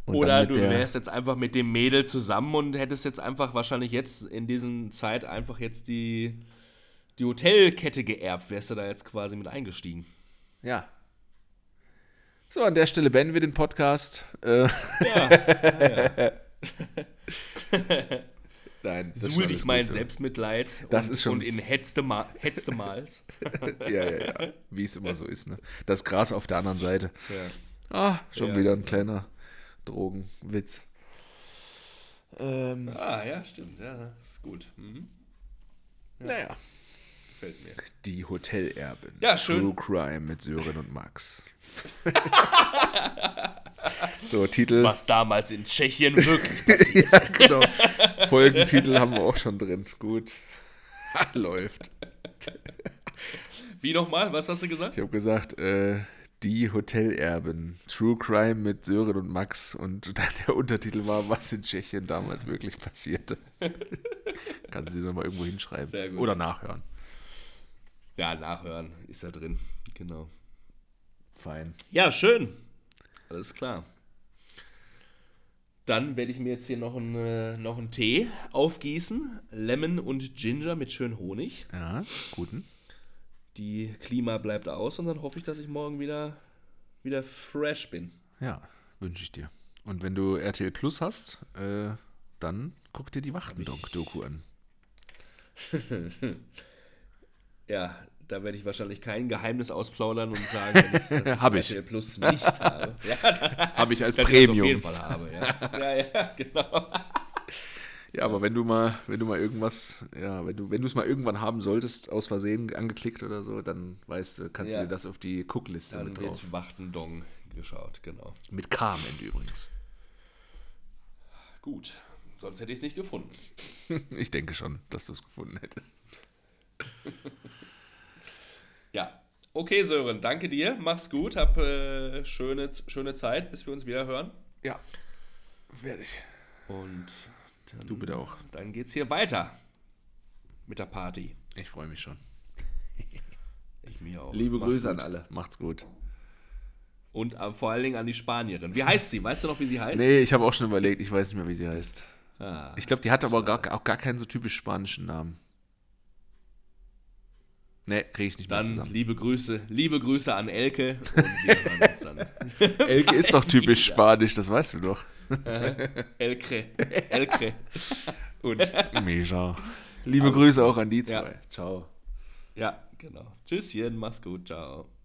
Und Oder dann mit du der, wärst jetzt einfach mit dem Mädel zusammen und hättest jetzt einfach wahrscheinlich jetzt in diesen Zeit einfach jetzt die, die Hotelkette geerbt. Wärst du da jetzt quasi mit eingestiegen. Ja. So, an der Stelle beenden wir den Podcast. Äh, Ja, ja, ja. Nein, das Suhl war dich alles mal in gut so. Selbstmitleid Das und, ist schon- und in Hetzte, Ma Hetzte Mals. Ja, ja, ja. Wie es immer so ist, ne? Das Gras auf der anderen Seite. Ja. Ah, schon Ja, wieder ein genau. kleiner Drogenwitz. Ähm, Ah, ja, stimmt. Ja, das ist gut. Mhm. naja. Gefällt mir. Die Hotelerben. Ja, schön. True Crime mit Sören und Max. So, Titel. Was damals in Tschechien wirklich passiert. Ja, genau. Folgentitel haben wir auch schon drin. Gut. Läuft. Wie nochmal? Was hast du gesagt? Ich habe gesagt, äh, die Hotelerben. True Crime mit Sören und Max. Und dann der Untertitel war, was in Tschechien damals wirklich passierte. Kannst du dir nochmal irgendwo hinschreiben. Sehr gut. Oder nachhören. Ja, nachhören ist ja drin. Genau. Fein. Ja, schön. Alles klar. Dann werde ich mir jetzt hier noch einen, äh, noch einen Tee aufgießen. Lemon und Ginger mit schön Honig. Ja, guten. Die Klima bleibt aus und dann hoffe ich, dass ich morgen wieder, wieder fresh bin. Ja, wünsche ich dir. Und wenn du R T L Plus hast, äh, dann guck dir die Wachtendonk-Doku an. Ja, da werde ich wahrscheinlich kein Geheimnis ausplaudern und sagen, wenn ich, dass ich Hab ich. R T L Plus nicht habe. Ja, da, Habe ich als dass ich das Premium. auf jeden Fall habe, ja. Ja, ja, genau. Ja, aber wenn du mal, wenn du mal irgendwas, ja, wenn du, wenn du es mal irgendwann haben solltest, aus Versehen angeklickt oder so, dann weißt du, kannst Ja. du dir das auf die Cookliste Dann mit drauf. wird Wachtendong geschaut, genau. Mit K am Ende übrigens. Gut, sonst hätte ich es nicht gefunden. Ich denke schon, dass du es gefunden hättest. Ja, okay Sören, danke dir, mach's gut, hab äh, schöne, schöne Zeit, bis wir uns wieder hören. Ja, werde ich. Und dann, Du bitte auch. Dann geht's hier weiter mit der Party. Ich freue mich schon. Ich mir auch. Liebe Mach's Grüße gut. an alle. Macht's gut. Und äh, vor allen Dingen an die Spanierin. Wie heißt sie? Weißt du noch, wie sie heißt? Nee, ich habe auch schon überlegt, ich weiß nicht mehr, wie sie heißt. Ah, Ich glaube, die hat aber gar, auch gar keinen so typisch spanischen Namen. Nee, kriege ich nicht mehr dann zusammen. liebe Grüße, liebe Grüße an Elke und wir hören uns dann. Elke ist doch typisch spanisch, das weißt du doch. Elke, Elke. Und Meja. Liebe Grüße auch an die zwei. Ja. Ciao. Ja, genau. Tschüsschen, mach's gut, ciao.